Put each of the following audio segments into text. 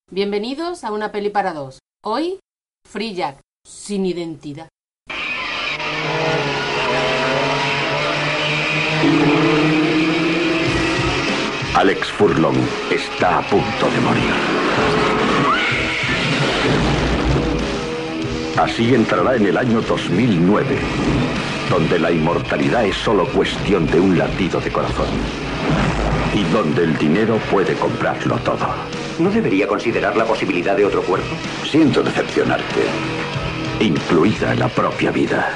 Bienvenidos a Una Peli para Dos. Hoy, Free Jack, sin identidad. Alex Furlong está a punto de morir. Así entrará en el año 2009, donde la inmortalidad es solo cuestión de un latido de corazón. Y donde el dinero puede comprarlo todo. ¿No debería considerar la posibilidad de otro cuerpo? Siento decepcionarte, incluida la propia vida.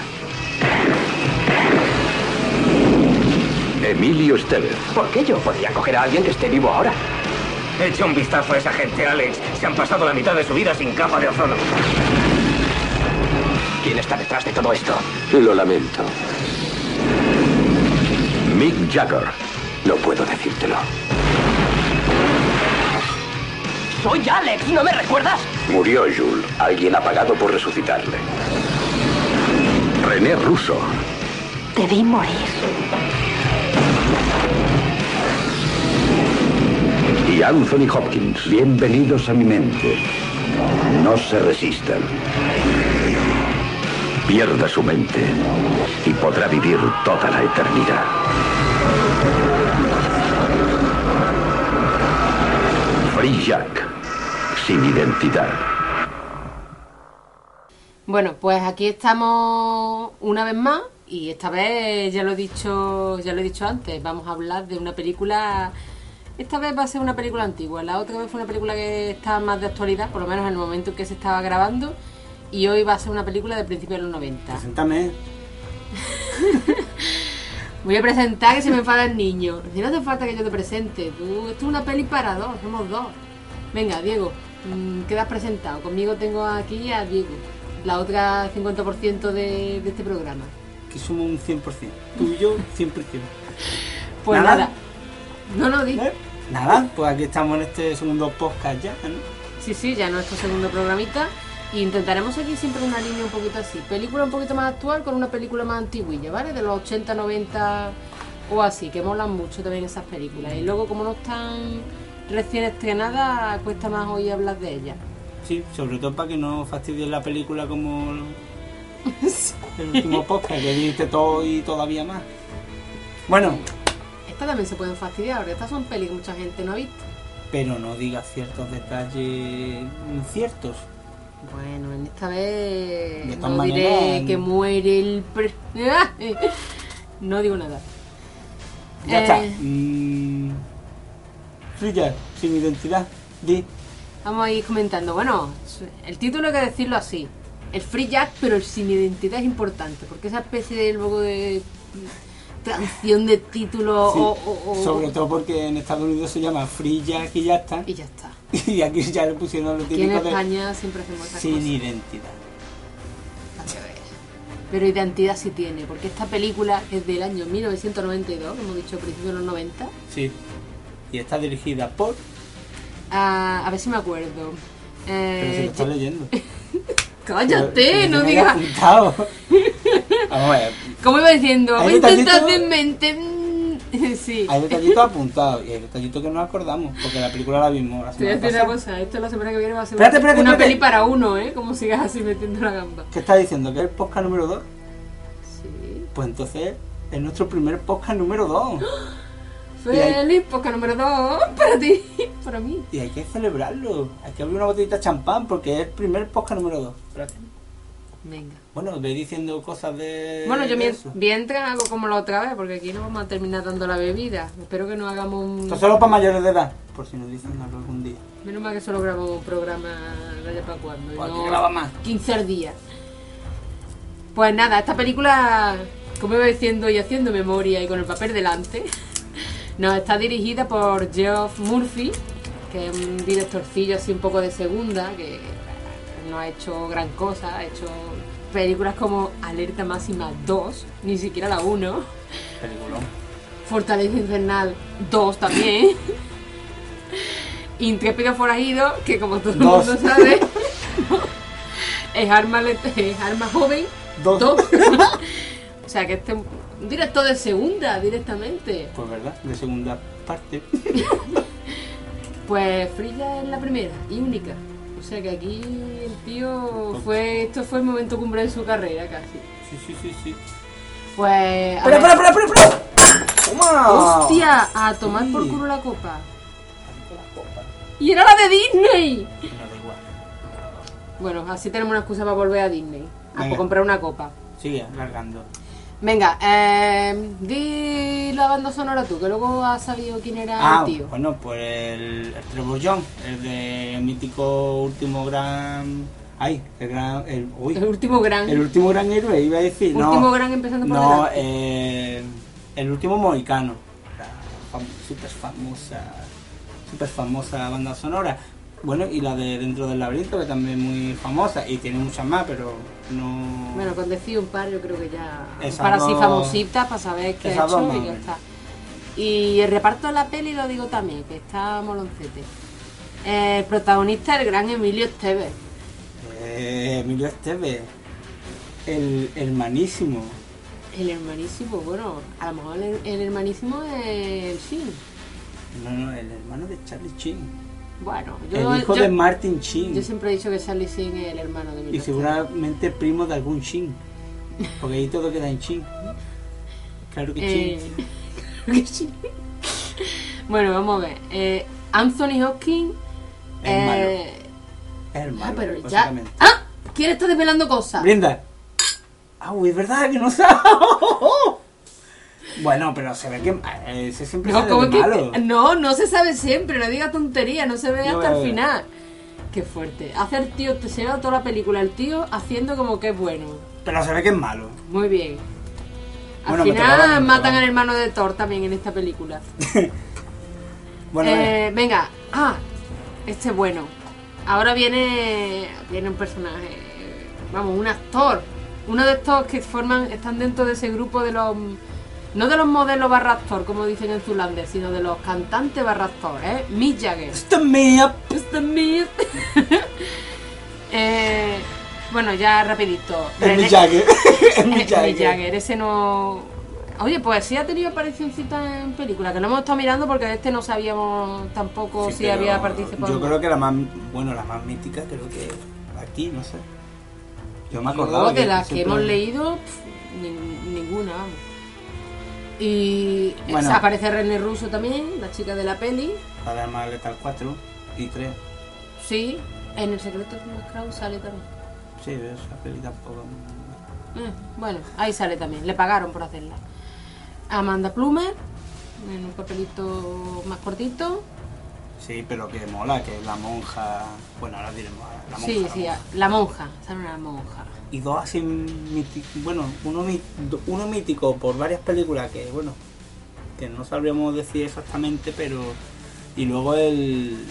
Emilio Estevez. ¿Por qué yo podría coger a alguien que esté vivo ahora? Echa un vistazo a esa gente, Alex. Se han pasado la mitad de su vida sin capa de ozono. ¿Quién está detrás de todo esto? Lo lamento. Mick Jagger. No puedo decírtelo. ¡Soy Alex! ¿No me recuerdas? Murió Jules. Alguien ha pagado por resucitarle. René Russo. Te vi morir. Y Anthony Hopkins. Bienvenidos a mi mente. No se resistan. Pierda su mente y podrá vivir toda la eternidad. Free Jack, sin identidad. Bueno, pues aquí estamos una vez más y esta vez ya lo he dicho antes, vamos a hablar de una película. Esta vez va a ser una película antigua, la otra vez fue una película que estaba más de actualidad, por lo menos en el momento en que se estaba grabando, y hoy va a ser una película de principios de los 90. Preséntame. Voy a presentar, que se me enfada el niño. Si no hace falta que yo te presente, tú, esto es una peli para dos, somos dos. Venga, Diego, quedas presentado. Conmigo tengo aquí a Diego, la otra 50% de este programa. Que somos un 100%. Tú y yo, 100%. Pues nada. No, di. Nada, pues aquí estamos en este segundo podcast ya, ¿no? Sí, ya nuestro segundo programita. Y intentaremos seguir siempre una línea un poquito así. Película un poquito más actual con una película más antiguilla, ¿vale? De los 80, 90 o así, que molan mucho también esas películas. Y luego, como no están recién estrenadas, cuesta más hoy hablar de ellas. Sí, sobre todo para que no fastidien la película como el último podcast, que viste todo y todavía más. Bueno. Estas también se pueden fastidiar, porque estas son pelis que mucha gente no ha visto. Pero no digas ciertos detalles inciertos. Bueno, en esta vez no no diré que muere el... No digo nada. Ya está. Free Jack, sin identidad. Di. Vamos a ir comentando. Bueno, el título hay que decirlo así. El Free Jack, pero el sin identidad es importante, porque esa especie de luego de canción de título sí, sobre todo porque en Estados Unidos se llama Free Jack y ya está. Y ya está. Y aquí ya le pusieron lo aquí típico en España siempre hacemos esa sin cosa. identidad. Pero identidad sí tiene, porque esta película es del año 1992, hemos dicho al principio de los 90. Sí. Y está dirigida por... a ver si me acuerdo. Pero se lo está leyendo. ¡Cállate! No digas... Vamos a ver. Como iba diciendo, voy a intentar de mente... Sí. Hay detallitos apuntados y hay detallitos que no acordamos, porque la película la vimos la semana pasada. Una cosa, esto la semana que viene va a ser espérate, una peli para uno, ¿eh? Como sigas así metiendo la gamba. ¿Qué estás diciendo? ¿Que es el podcast número 2? Sí. Pues entonces es nuestro primer podcast número 2. ¡Feliz podcast número 2! Para ti, para mí. Y hay que celebrarlo. Hay que abrir una botellita de champán porque es el primer podcast número 2. Espérate. Venga. Bueno, ve diciendo cosas de... Bueno, yo de mientras hago como la otra vez, porque aquí no vamos a terminar dando la bebida. Espero que no hagamos un... Esto es solo para mayores de edad, por si nos dicen algo algún día. Menos mal que solo grabamos un programa de allá para cuando. Pues no aquí graba más. 15 al día. Pues nada, esta película, como iba diciendo y haciendo memoria y con el papel delante, nos está dirigida por Geoff Murphy, que es un directorcillo así un poco de segunda, que no ha hecho gran cosa, ha hecho películas como Alerta Máxima 2, ni siquiera la 1. Peliculón. Fortaleza Infernal 2 también. Intrépido Forajido, que como todo el mundo sabe, es arma joven 2. O sea que este es un director de segunda directamente. Pues verdad, de segunda parte. Pues Frilla es la primera y única. O sea que aquí el tío esto fue el momento cumbre de su carrera casi. Sí. Pues... ¡Espera! ¡Toma! ¡Hostia! A tomar por culo la copa. ¡Y era la de Disney! No, da igual. Bueno, así tenemos una excusa para volver a Disney. A Venga. comprar una copa. Sigue largando. Venga, di la banda sonora tú, que luego has sabido quién era el tío. Bueno, pues el Trevor Jones, el de mítico último gran... Ay, El último gran. El último gran héroe, iba a decir. Último gran empezando por delante. El último mohicano. La súper famosa banda sonora. Bueno, y la de Dentro del Laberinto, que también es muy famosa, y tiene muchas más, pero no... Bueno, con decir un par yo creo que ya... Esas para así dos- famositas, para saber qué ha esas dos hecho más y o ya menos. está. Y el reparto de la peli lo digo también, que está moloncete. El protagonista, el gran Emilio Estevez. Emilio Estevez, el hermanísimo. El hermanísimo, bueno, a lo mejor el hermanísimo es el Shin. No, el hermano de Charlie Sheen. Bueno, El hijo de Martin Sheen. yo siempre he dicho que Charlie Sheen es el hermano de Emilio Y Estevez. seguramente primo de algún Sheen. Porque ahí todo queda en Sheen. Claro que Sheen. Creo que sí. Bueno, vamos a ver. Anthony Hopkins. Es malo. Es el Ah, malo, pero ya. básicamente. ¡Ah! ¿Quién está desvelando cosas? Brinda. Es verdad que no sabe. Bueno, pero se ve que ese siempre No, sale ¿cómo de que- malo. no se sabe siempre, no diga tontería, no se ve No, hasta el no. final. Qué fuerte. Hace el tío, se ve toda la película, el tío haciendo como que es bueno. Pero se ve que es malo. Muy bien. Al Bueno, me final tocaba, me matan tocaba. al hermano de Thor también en esta película. Bueno, Venga, este es bueno. Ahora viene un personaje, vamos, un actor. Uno de estos que están dentro de ese grupo de los... No de los modelos barra actor, como dicen en Zulander, sino de los cantantes barra actor, Mick Jagger. Stand me up. Este Mick. Bueno, ya rapidito. Es mi René- Jagger. Es mi Mick Jagger. Jagger, ese no... Oye, pues sí ha tenido aparicióncita en películas, que lo hemos estado mirando porque este no sabíamos tampoco Sí, si pero había participado. Yo creo que la más mítica, creo que aquí, no sé. Yo me acordaba De las que siempre- hemos leído, ninguna, vamos. Y Bueno. aparece René Russo también, la chica de la peli. La de Arma Letal 4 y 3. Sí, en El secreto de Thomas Crown sale también. Sí, esa peli tampoco. Bueno, ahí sale también, le pagaron por hacerla. Amanda Plummer, en un papelito más cortito. Sí, pero que mola, que es la monja. Bueno, ahora diremos la monja. Sí, la sí, monja. la monja, sale una monja. Y dos así míticos. Bueno, uno mítico por varias películas que, bueno, que no sabríamos decir exactamente, pero. Y luego el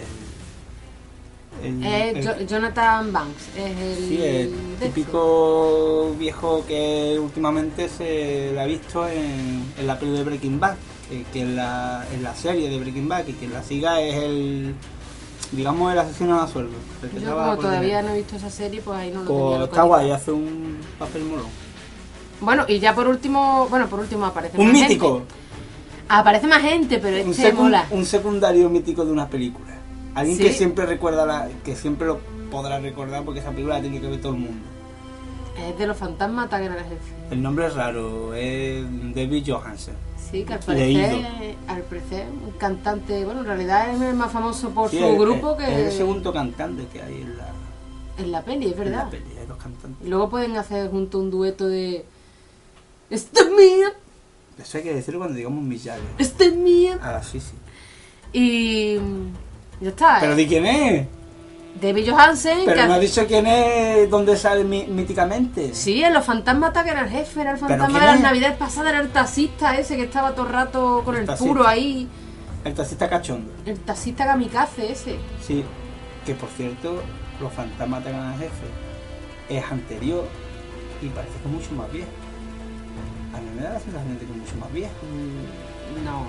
Jonathan Banks, es el, sí, el de típico viejo que últimamente se le ha visto en la peli de Breaking Bad, que en la serie de Breaking Bad, y quien la siga es el, digamos, el asesino a sueldo. el que Yo trabaja como por todavía dinero. no he visto esa serie, pues ahí no lo Pues tenía está localizado. guay, hace un papel molón. Bueno, y ya por último aparece Un más mítico, gente. Aparece más gente, pero este mola. un secundario mítico de una película. Alguien ¿Sí? que siempre recuerda que siempre lo podrá recordar porque esa película la tiene que ver todo el mundo. Es de los fantasmas atacan al jefe. El nombre es raro, es David Johansen. Sí, que al Leído. parecer un cantante, bueno, en realidad es el más famoso por Sí, su es- grupo es que el segundo cantante que hay en la peli, es en verdad. la peli, hay dos cantantes. Y luego pueden hacer junto un dueto de este es mío, Eso hay que decirlo cuando digamos Mick Jagger. este es mío. Ah, sí, sí. Y ya está. Pero di quién es. David Johansen, Pero que no ha dicho quién es, dónde sale míticamente. sí, en los fantasmas atacan al jefe, era el ¿Pero fantasma quién de las es? navidades pasadas, era el taxista ese que estaba todo el rato con El el taxista. puro ahí, El taxista cachondo. el taxista kamikaze ese. Sí. Que por cierto, los fantasmas atacan al jefe es anterior y parece que es mucho más viejo. A mí me da la sensación de que es mucho más viejo. No,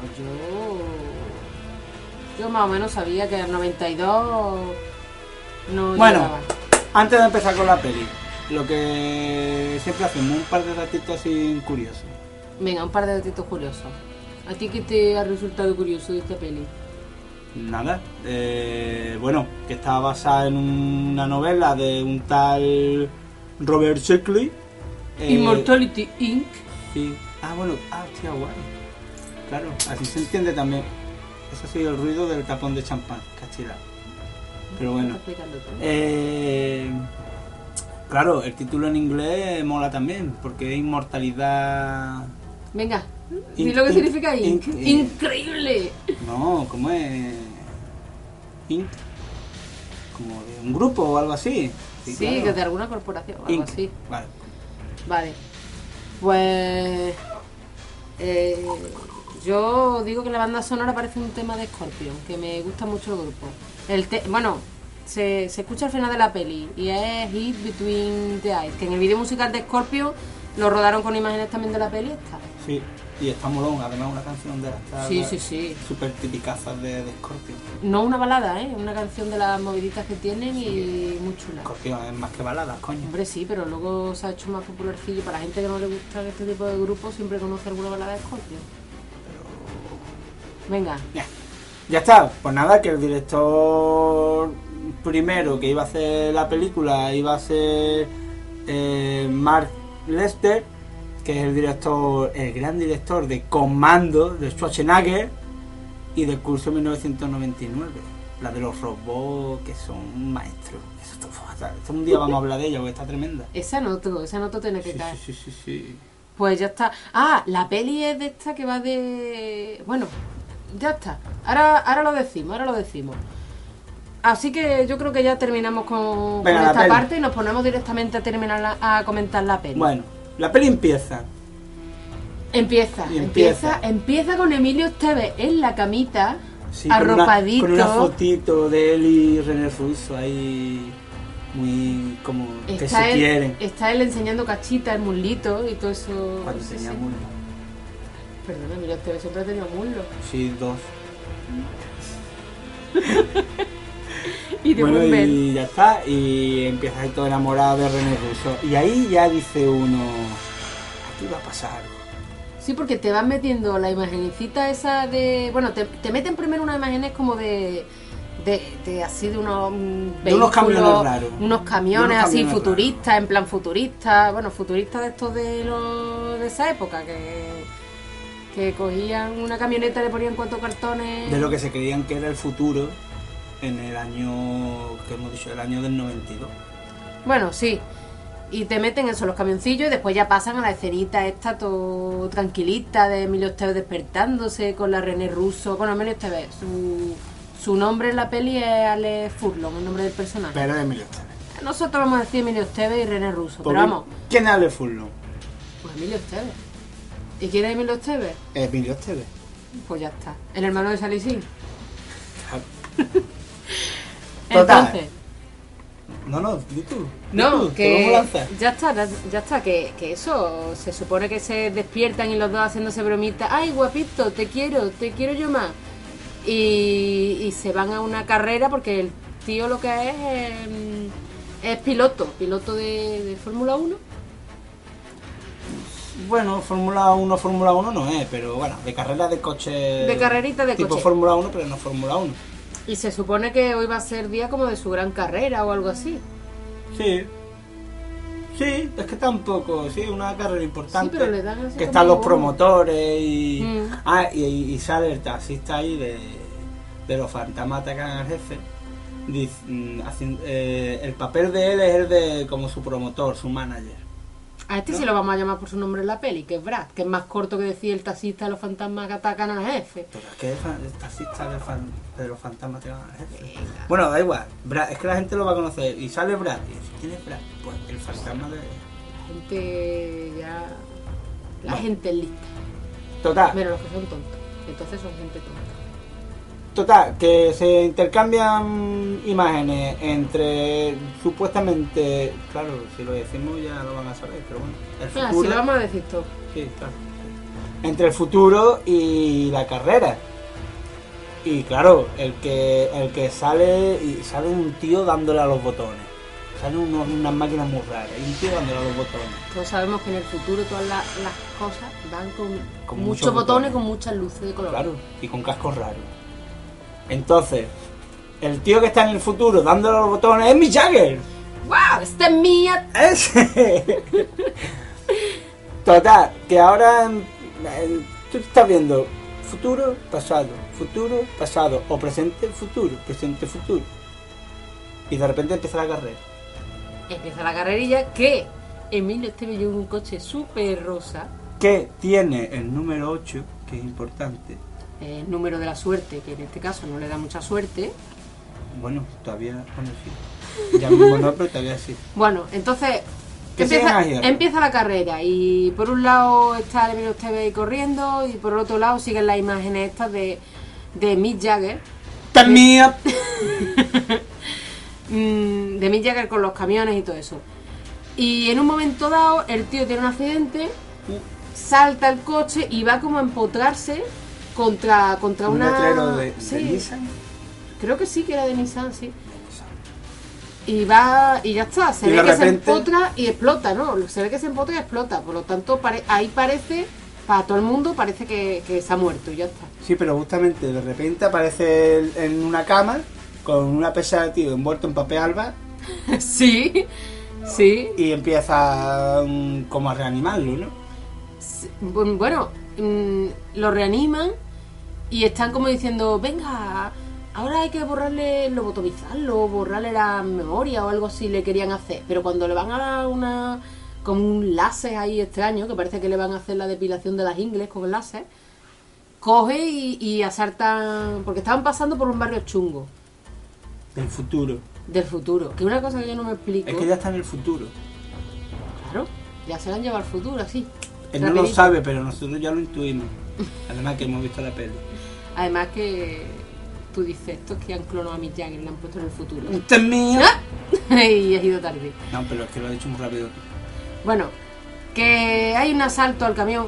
yo más o menos sabía que el 92 no Bueno, llegaba. antes de empezar con la peli, lo que siempre hacemos, un par de ratitos así curiosos. Venga, un par de datitos curiosos. ¿A ti qué te ha resultado curioso de esta peli? nada, bueno, que estaba basada en una novela de un tal Robert Sheckley. Immortality Inc. Sí. Hostia, guay. Claro, así se entiende también. Eso ha sido el ruido del tapón de champán, cachila. Pero bueno. Claro, el título en inglés mola también, porque es inmortalidad. Venga, ¿y lo que significa Inc? ¡Increíble! No, ¿cómo es? Inc. Como de un grupo o algo así. Sí, claro. que de alguna corporación o algo Inc. así. Vale. Pues yo digo que la banda sonora parece un tema de Scorpion, que me gusta mucho el grupo. Bueno, se escucha al final de la peli y es Hit Between the Eyes, que en el vídeo musical de Scorpion lo rodaron con imágenes también de la peli esta. Sí, y está molón, además una canción de las Sí. súper tipicazas de Scorpion. No una balada, una canción de las moviditas que tienen y muy chula. Scorpion es más que baladas, coño. Hombre, sí, pero luego se ha hecho más popularcillo. Para la gente que no le gusta este tipo de grupos, siempre conoce alguna balada de Scorpion. Venga. Ya está, pues nada, que el director primero que iba a hacer la película iba a ser Mark Lester, que es el gran director de Commando, de Schwarzenegger, y del curso 1999, la de los robots que son maestros. Esto un día vamos a hablar de ella porque está tremenda. Esa noto tiene que caer. Sí. Pues ya está. La peli es de esta que va de... Bueno, ya está. Ahora lo decimos. Así que yo creo que ya terminamos con esta parte y nos ponemos directamente a comentar la peli. Bueno, la peli empieza con Emilio Estevez en la camita, sí, arropadito. Con una fotito de él y René Russo ahí, muy como que se quieren. Está él enseñando cachita, el muslito y todo eso. Cuando tenía muslo. Perdona, Emilio Estevez siempre ha tenido muslo. Sí, 2. Y y ya está, y empieza ahí todo enamorado de René Russo. Y ahí ya dice uno, aquí va a pasar algo. Sí, porque te van metiendo la imagencita esa de... Bueno, te meten primero unas imágenes como de así de unos vehículos, de unos camiones raros. Unos camiones así futuristas, raros. En plan futurista. Bueno, futuristas de estos de esa época, que cogían una camioneta y le ponían 4 cartones... De lo que se creían que era el futuro en el año, que hemos dicho, el año del 92. Bueno, sí. Y te meten eso, los camioncillos, y después ya pasan a la escenita esta todo tranquilita de Emilio Estevez despertándose con la René Russo. Bueno, Emilio Estevez, su nombre en la peli es Alex Furlong, el nombre del personaje. Pero es Emilio Estevez. Nosotros vamos a decir Emilio Estevez y René Russo, pero vamos. ¿Quién es Alex Furlong? Pues Emilio Estevez. ¿Y quién es Emilio Estevez? Emilio Estevez. Pues ya está. El hermano de Salisín. Total. Entonces... No, di tú. No, que vamos a lanzar. ya está, que eso, se supone que se despiertan y los dos haciéndose bromitas, ay guapito, te quiero yo más, y se van a una carrera porque el tío lo que es piloto de Fórmula 1. Bueno, Fórmula 1 no es, pero bueno, de carrera de coche. De carrerita de tipo coche. Tipo Fórmula 1, pero no Fórmula 1. Y se supone que hoy va a ser día como de su gran carrera o algo así. Sí, es que tampoco, sí, una carrera importante. Sí, pero le dan así que están como... los promotores y... y sale el taxista ahí de los fantasmas atacan al jefe. El papel de él es el de como su promotor, su manager. A este sí lo vamos a llamar por su nombre en la peli, que es Brad, que es más corto que decir el taxista de los fantasmas que atacan al jefe. Pero es que el taxista de los fantasmas te van al jefe. Bueno, da igual, Brad, es que la gente lo va a conocer. Y sale Brad, y dice, ¿quién es Brad? Pues el fantasma de... La gente ya... La gente es lista. Total. Pero los que son tontos. Entonces son gente tonta. Total, que se intercambian imágenes entre supuestamente, claro, si lo decimos ya lo van a saber, pero bueno, el futuro. Si lo vamos a decir todo. Sí, claro. Entre el futuro y la carrera. Y claro, el que sale un tío dándole a los botones. Salen unas máquinas muy raras y un tío dándole a los botones. Todos sabemos que en el futuro todas las cosas van con Con muchos botones, con muchas luces de color. Claro, y con cascos raros. Entonces, el tío que está en el futuro dándole los botones es Mick Jagger. ¡Wow! ¡Esta es mía! Ese. Total, que ahora tú estás viendo futuro, pasado, o presente, futuro, y de repente empieza la carrera. Empieza la carrerilla que Emilio Esteve lleva un coche súper rosa. Que tiene el número 8, que es importante. El número de la suerte, que en este caso no le da mucha suerte. Bueno, todavía, bueno, sí. Ya mismo no, pero todavía sí. Bueno, entonces Que sigan ahí, empieza la carrera y por un lado está Emilio Esteve ahí corriendo y por el otro lado siguen las imágenes estas de Mick Jagger. ¡También! De Mick Jagger con los camiones y todo eso. Y en un momento dado el tío tiene un accidente, salta el coche y va como a empotrarse contra Un una... letrero de Sí, Nissan. creo que sí, que era de Nissan, sí. Y va y ya está, se Y ve de que se repente- empotra y explota, ¿no? Se ve que se empotra y explota, por lo tanto ahí parece, para todo el mundo parece que se ha muerto y ya está. Sí, pero justamente de repente aparece él en una cama con una pesa de tío envuelto en papel alba Sí, sí. y empieza como a reanimarlo, ¿no? Bueno, lo reaniman y están como diciendo, venga, ahora hay que borrarle, lobotomizarlo, borrarle la memoria o algo así le querían hacer. Pero cuando le van a dar como un láser ahí extraño, que parece que le van a hacer la depilación de las ingles con el láser, coge y asaltan, porque estaban pasando por un barrio chungo Del futuro. del futuro, que es una cosa que yo no me explico. Es que ya está en el futuro. Claro, ya se la han llevado al futuro, así. Él no lo rapidito. sabe, pero nosotros ya lo intuimos. Además que hemos visto la peli. Además que tú dices, estos que han clonado a Mick Jagger, le han puesto en el futuro. ¡Este es mío! ¡Ah! Y has ido tarde. No, pero es que lo he hecho muy rápido. Bueno, que hay un asalto al camión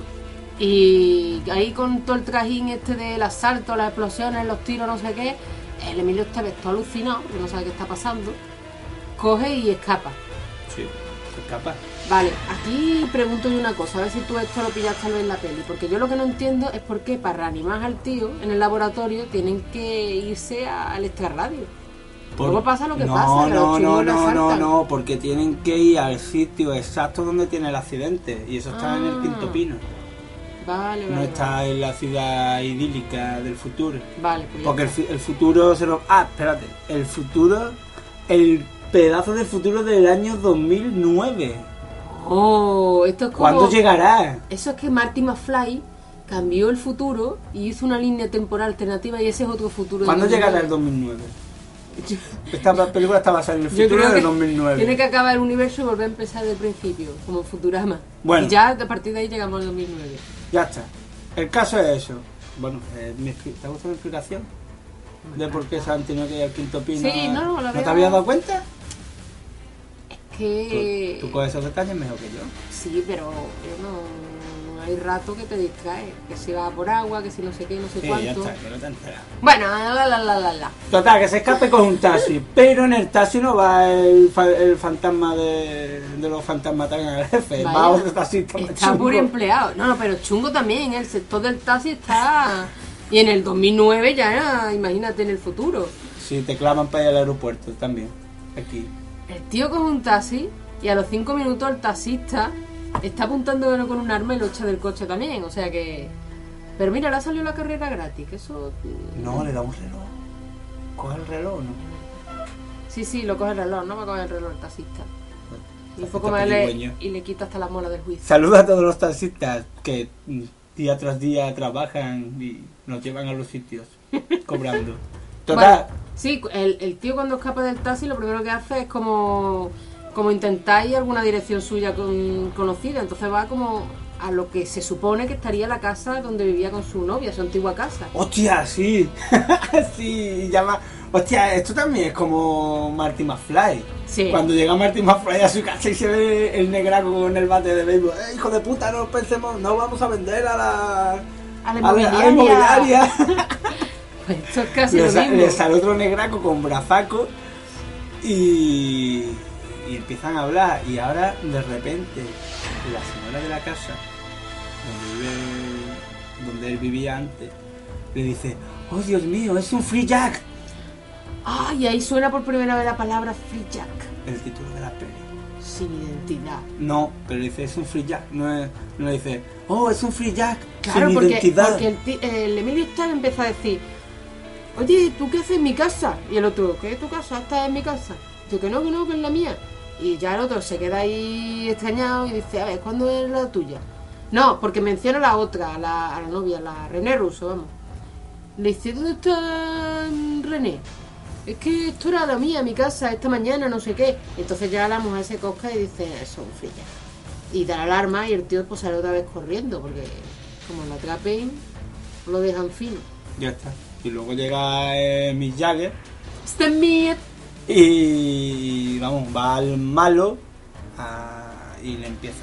y ahí con todo el trajín este del asalto, las explosiones, los tiros, no sé qué, el Emilio Esteve está alucinado, que no sabe qué está pasando, coge y escapa. Sí, se escapa. Vale, aquí pregunto yo una cosa, a ver si tú esto lo pillaste tal vez en la peli, porque yo lo que no entiendo es por qué para reanimar al tío en el laboratorio tienen que irse al extrarradio. Luego pasa lo que pasa, que los chungos lo asaltan. No, porque tienen que ir al sitio exacto donde tiene el accidente. Y eso está en el Quinto Pino. Vale, No vale. está en la ciudad idílica del futuro. Vale, pues ya Porque está. el futuro se lo... Ah, espérate. El futuro... El pedazo del futuro del año 2009. Oh, esto es como... ¿Cuándo llegará? Eso es que Marty McFly cambió el futuro y hizo una línea temporal alternativa y ese es otro futuro. ¿Cuándo del llegará el 2009? 2009? Esta película está basada en el Yo futuro creo del que 2009. tiene que acabar el universo y volver a empezar del principio, como Futurama. Bueno. Y ya a partir de ahí llegamos al 2009. Ya está. El caso es eso. Bueno, ¿te gusta mi explicación? De por qué se han tenido que ir al Quinto Pino. Sí, no, la ¿No te veo- habías dado cuenta? Que... Tú coges esos detalles mejor que yo. Sí, pero yo no... Hay rato que te distrae. Que si va por agua, que si no sé qué, no sé Sí, ya cuánto. está, que no te enteras. Bueno, la. Total, que se escape con un taxi. Pero en el taxi no va el fantasma de los fantasmas tan al jefe. Vaya, Va otro taxista más está chungo. puro empleado. No, pero chungo también. El sector del taxi está... Y en el 2009 ya era, imagínate, en el futuro. Sí, te claman para ir al aeropuerto también. Aquí. El tío coge un taxi y a los 5 minutos el taxista está apuntándolo con un arma y lo echa del coche también. O sea que... Pero mira, le ha salido la carrera gratis, que eso... No, le da un reloj. Coge el reloj, ¿no? Sí, lo coge el reloj, no va a coger el reloj el taxista. Y un Taxista poco más pedigüeño. y le quita hasta la mola del juicio. Saluda a todos los taxistas que día tras día trabajan y nos llevan a los sitios cobrando. Total, Bueno, sí, el tío cuando escapa del taxi lo primero que hace es como intentar ir a alguna dirección suya conocida. Entonces va como a lo que se supone que estaría la casa donde vivía con su novia, su antigua casa. hostia, sí. Sí, llama. Hostia, esto también es como Marty McFly. Sí. Cuando llega Marty McFly a su casa y se ve el negraco con el bate de béisbol. Hijo de puta, no pensemos, no vamos a vender a la inmobiliaria. Pues esto es casi Le lo mismo. le sale otro negraco con brazaco y empiezan a hablar. Y ahora, de repente, la señora de la casa donde él vivía antes, le dice: ¡Oh, Dios mío! ¡Es un Free Jack! Ah, y ahí suena por primera vez la palabra Free Jack. El título de la peli. Sin identidad. No, pero dice es un Free Jack. No dice, oh, es un Free Jack. Claro, sin identidad. porque el Emilio Esther empieza a decir, oye, ¿tú qué haces en mi casa? Y el otro, ¿qué es tu casa? ¿Estás en mi casa? Yo, que no, que es la mía. Y ya el otro se queda ahí extrañado y dice, a ver, ¿cuándo es la tuya? No, porque menciona a la otra, a la novia, la René Russo, vamos. Le dice, ¿dónde está René? Es que esto era la mía, mi casa, esta mañana, no sé qué. Entonces ya la mujer se cosca y dice, eso es un Free Jack. Y da la alarma y el tío pues sale otra vez corriendo, porque como lo atrapen, lo dejan fino. Ya está. Y luego llega Mick Jagger Stan Smith. y vamos, va al malo y le empieza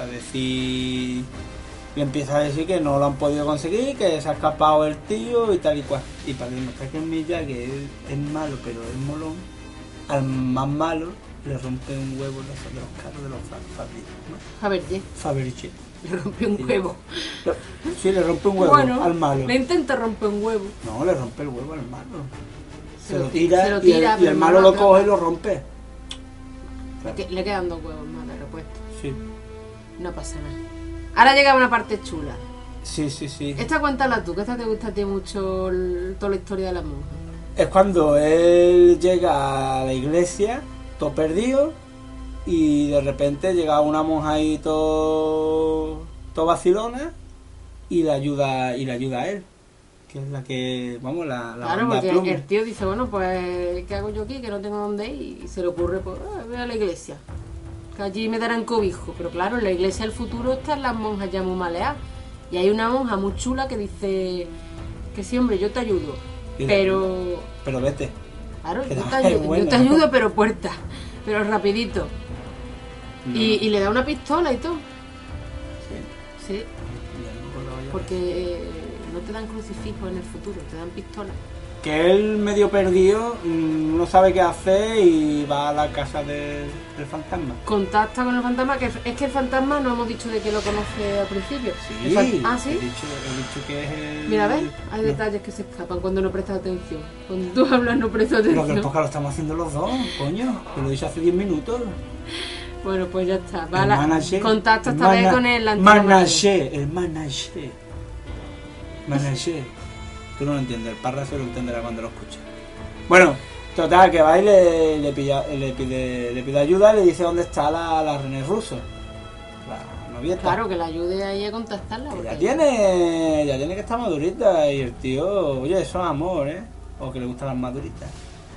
a decir que no lo han podido conseguir, que se ha escapado el tío y tal y cual. Y para demostrar que Mick Jagger es malo pero es molón, al más malo le rompe un huevo de los carros de los Fabergé, ¿no? Fabergé. Le rompe un huevo. Sí, le rompe un huevo Bueno, al malo. le intenta romper un huevo. No, le rompe el huevo al malo. Se lo se tira lo y tira, el malo lo coge y lo rompe. Claro. Le quedan 2 huevos más de repuesto. Sí. No pasa nada. Ahora llega una parte chula. Sí. Esta cuéntala tú, que esta te gusta a ti mucho toda la historia de las monjas. Es cuando él llega a la iglesia, todo perdido, y de repente llega una monja ahí todo vacilona y le ayuda a él, que es la que, vamos, la Claro, banda porque Plum. el tío dice, bueno, pues, ¿qué hago yo aquí? Que no tengo dónde ir. Y se le ocurre, pues, voy a la iglesia. Que allí me darán cobijo. Pero claro, en la iglesia del futuro están las monjas ya muy maleadas. Y hay una monja muy chula que dice que sí, hombre, yo te ayudo. Pero vete. claro, Que yo no te es ayudo, buena. yo te ayudo, pero puerta. Pero rapidito. No. Y le da una pistola y todo. Sí. Sí, Ya no me acordaba ya. porque no te dan crucifijo en el futuro, te dan pistola. Que él medio perdido, no sabe qué hacer y va a la casa del fantasma. Contacta con el fantasma, que es que el fantasma no hemos dicho de que lo conoce al principio. Sí, ¿Sí? he dicho que es el... Mira, ¿ves? Hay No, detalles que se escapan cuando no prestas atención. Cuando tú hablas no prestas Pero que el atención. podcast lo estamos haciendo los dos, coño. Que lo he dicho hace 10 minutos. Bueno, pues ya está. El manager. Contacta El esta vez con el antiguo manager. Tú no lo entiendes, el parra se lo entenderá cuando lo escuche. Bueno, total, que va y le pide ayuda y le dice dónde está la René Russo. La novieta. Claro, que la ayude ahí a contactarla. Que Porque ya tiene que estar madurita y el tío, oye, eso es amor, ¿eh? O que le gustan las maduritas.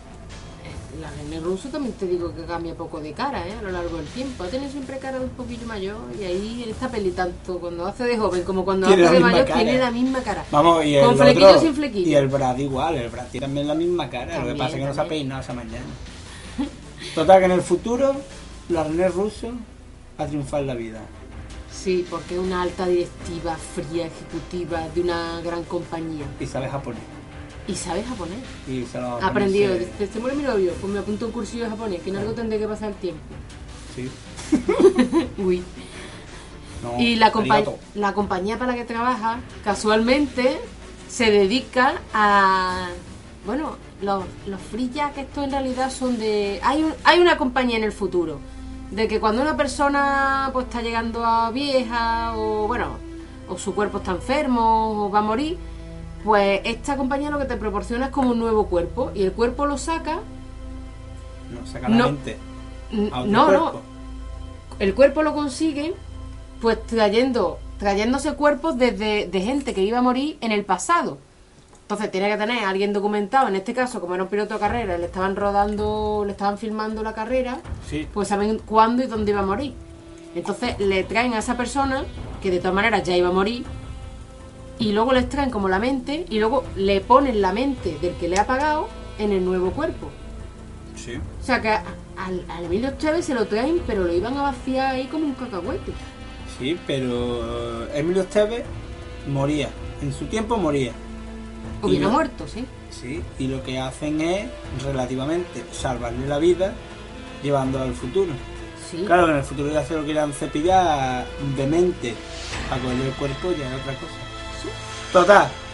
la René Russo también te digo que cambia poco de cara, a lo largo del tiempo. Ha tenido siempre cara de un poquillo mayor y ahí en esta peli, tanto cuando hace de joven como cuando Tiene hace la de misma mayor, cara. tiene la misma cara. Vamos, y el con otro, flequillo sin flequillo. Y el Brad igual, el Brad tiene también la misma cara, lo que También, pasa es que no se ha también. peinado esa mañana. Total, que en el futuro la René Russo va a triunfar en la vida. Sí, porque es una alta directiva, fría, ejecutiva de una gran compañía. Y sabe japonés. Y sabe japonés. Y se lo Ha aprendido. se- Dice, se muere mi novio, pues me apunto a un cursillo de japonés, que en algo tendré que pasar el tiempo. Sí. Uy. No, Y la arigato. compañía para la que trabaja, casualmente, se dedica a... Bueno, los free jack, esto en realidad son de... Hay una compañía en el futuro, de que cuando una persona pues está llegando a vieja, o bueno, o su cuerpo está enfermo, o va a morir, pues esta compañía lo que te proporciona es como un nuevo cuerpo, y el cuerpo lo saca... No, saca la No. mente. A otro No, cuerpo. el cuerpo lo consigue pues trayéndose cuerpos de gente que iba a morir en el pasado. Entonces tiene que tener a alguien documentado, en este caso como era un piloto de carrera, le estaban filmando la carrera, Sí. pues saben cuándo y dónde iba a morir. Entonces le traen a esa persona, que de todas maneras ya iba a morir, y luego les traen como la mente, y luego le ponen la mente del que le ha pagado en el nuevo cuerpo. Sí. O sea que al Emilio Esteve se lo traen, pero lo iban a vaciar ahí como un cacahuete. Sí, pero Emilio Esteve moría. En su tiempo moría. Hubiera no- muerto, sí. Sí, y lo que hacen es relativamente salvarle la vida llevando al futuro. Sí. Claro que en el futuro ya se lo quieran cepillar de mente para cogerle el cuerpo, ya es otra cosa. Sí. Total,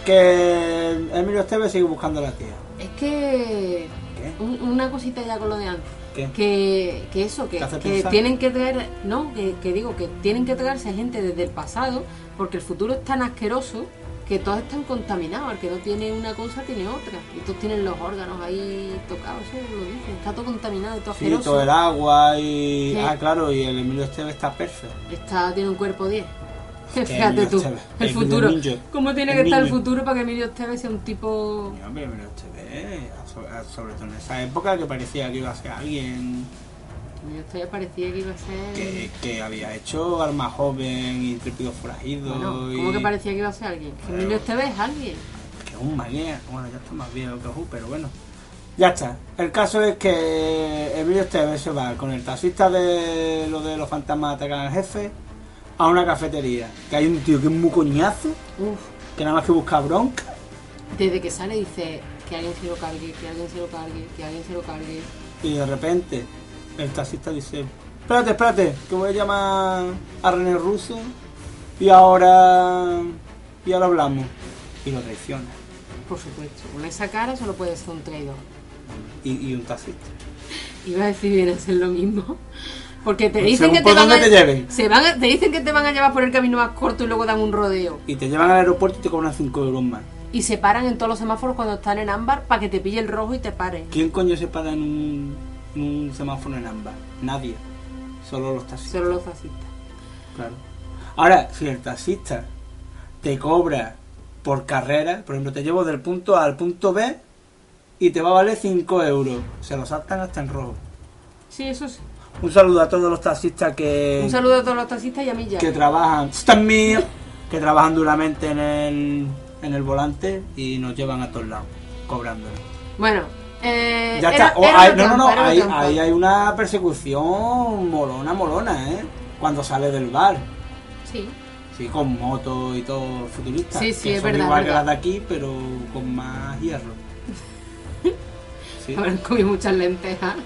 Que Emilio Esteve sigue buscando a la tía. Es que... ¿Qué? Una cosita ya con lo de antes. ¿Qué? Que eso, ¿Te hace que pensar? tienen que traer... No, que digo, que tienen que traerse gente desde el pasado, porque el futuro es tan asqueroso que todos están contaminados. El que no tiene una cosa tiene otra. Y todos tienen los órganos ahí tocados, eso lo dice. Está todo contaminado, todo Sí, asqueroso. todo el agua y... Sí. Ah, claro, y el Emilio Esteve está perfecto. Tiene un cuerpo 10. Fíjate Emilio tú, Esteve, el el futuro. niño. ¿Cómo tiene El que estar el niño. futuro para que Emilio Esteve sea un tipo... Y, hombre, Emilio Esteve, sobre todo en esa época que parecía que iba a ser alguien Emilio Esteve parecía que iba a ser... que había hecho Arma Joven y Trépido Forajido. Bueno, y... ¿cómo que parecía que iba a ser alguien? Que Pero- Emilio Esteve es alguien. Que es un maguía. Bueno, ya está más viejo que Ju, pero bueno. Ya está. El caso es que Emilio Esteve se va con el taxista de los fantasmas atacan al jefe a una cafetería. Que hay un tío que es muy coñazo, Uf, que nada más que busca bronca. desde que sale dice que alguien se lo cargue, que alguien se lo cargue, que alguien se lo cargue. Y de repente el taxista dice: espérate, que voy a llamar a René Russo y ahora hablamos. Y lo traiciona. Por supuesto, con esa cara solo puede ser un traidor. Y un taxista. Iba a decir, viene a ser lo mismo. Porque te Pues dicen según que por te van dónde a... te lleven. te dicen que te van a llevar por el camino más corto y luego dan un rodeo. Y te llevan al aeropuerto y te cobran 5 euros más. Y se paran en todos los semáforos cuando están en ámbar para que te pille el rojo y te pare. ¿Quién coño se para en un semáforo en ámbar? Nadie. Solo los taxistas. Solo los taxistas. Claro. Ahora, si el taxista te cobra por carrera, por ejemplo, te llevo del punto A al punto B y te va a valer 5 euros. Se lo saltan hasta en rojo. Sí, eso sí. Un saludo a todos los taxistas Un saludo a todos los taxistas y a mí ya. que trabajan, ¡están míos! Que trabajan duramente en el volante y nos llevan a todos lados, cobrándonos. Bueno, Ya era- está. Oh, era hay- una trampa, era una ahí, trampa. ahí hay una persecución molona, ¿eh? Cuando sale del bar. Sí. Sí, con moto y todo futurista. Sí, sí, que es son verdad, igual es que verdad. las de aquí, pero con más hierro. Sí. Habrán comido muchas lentejas.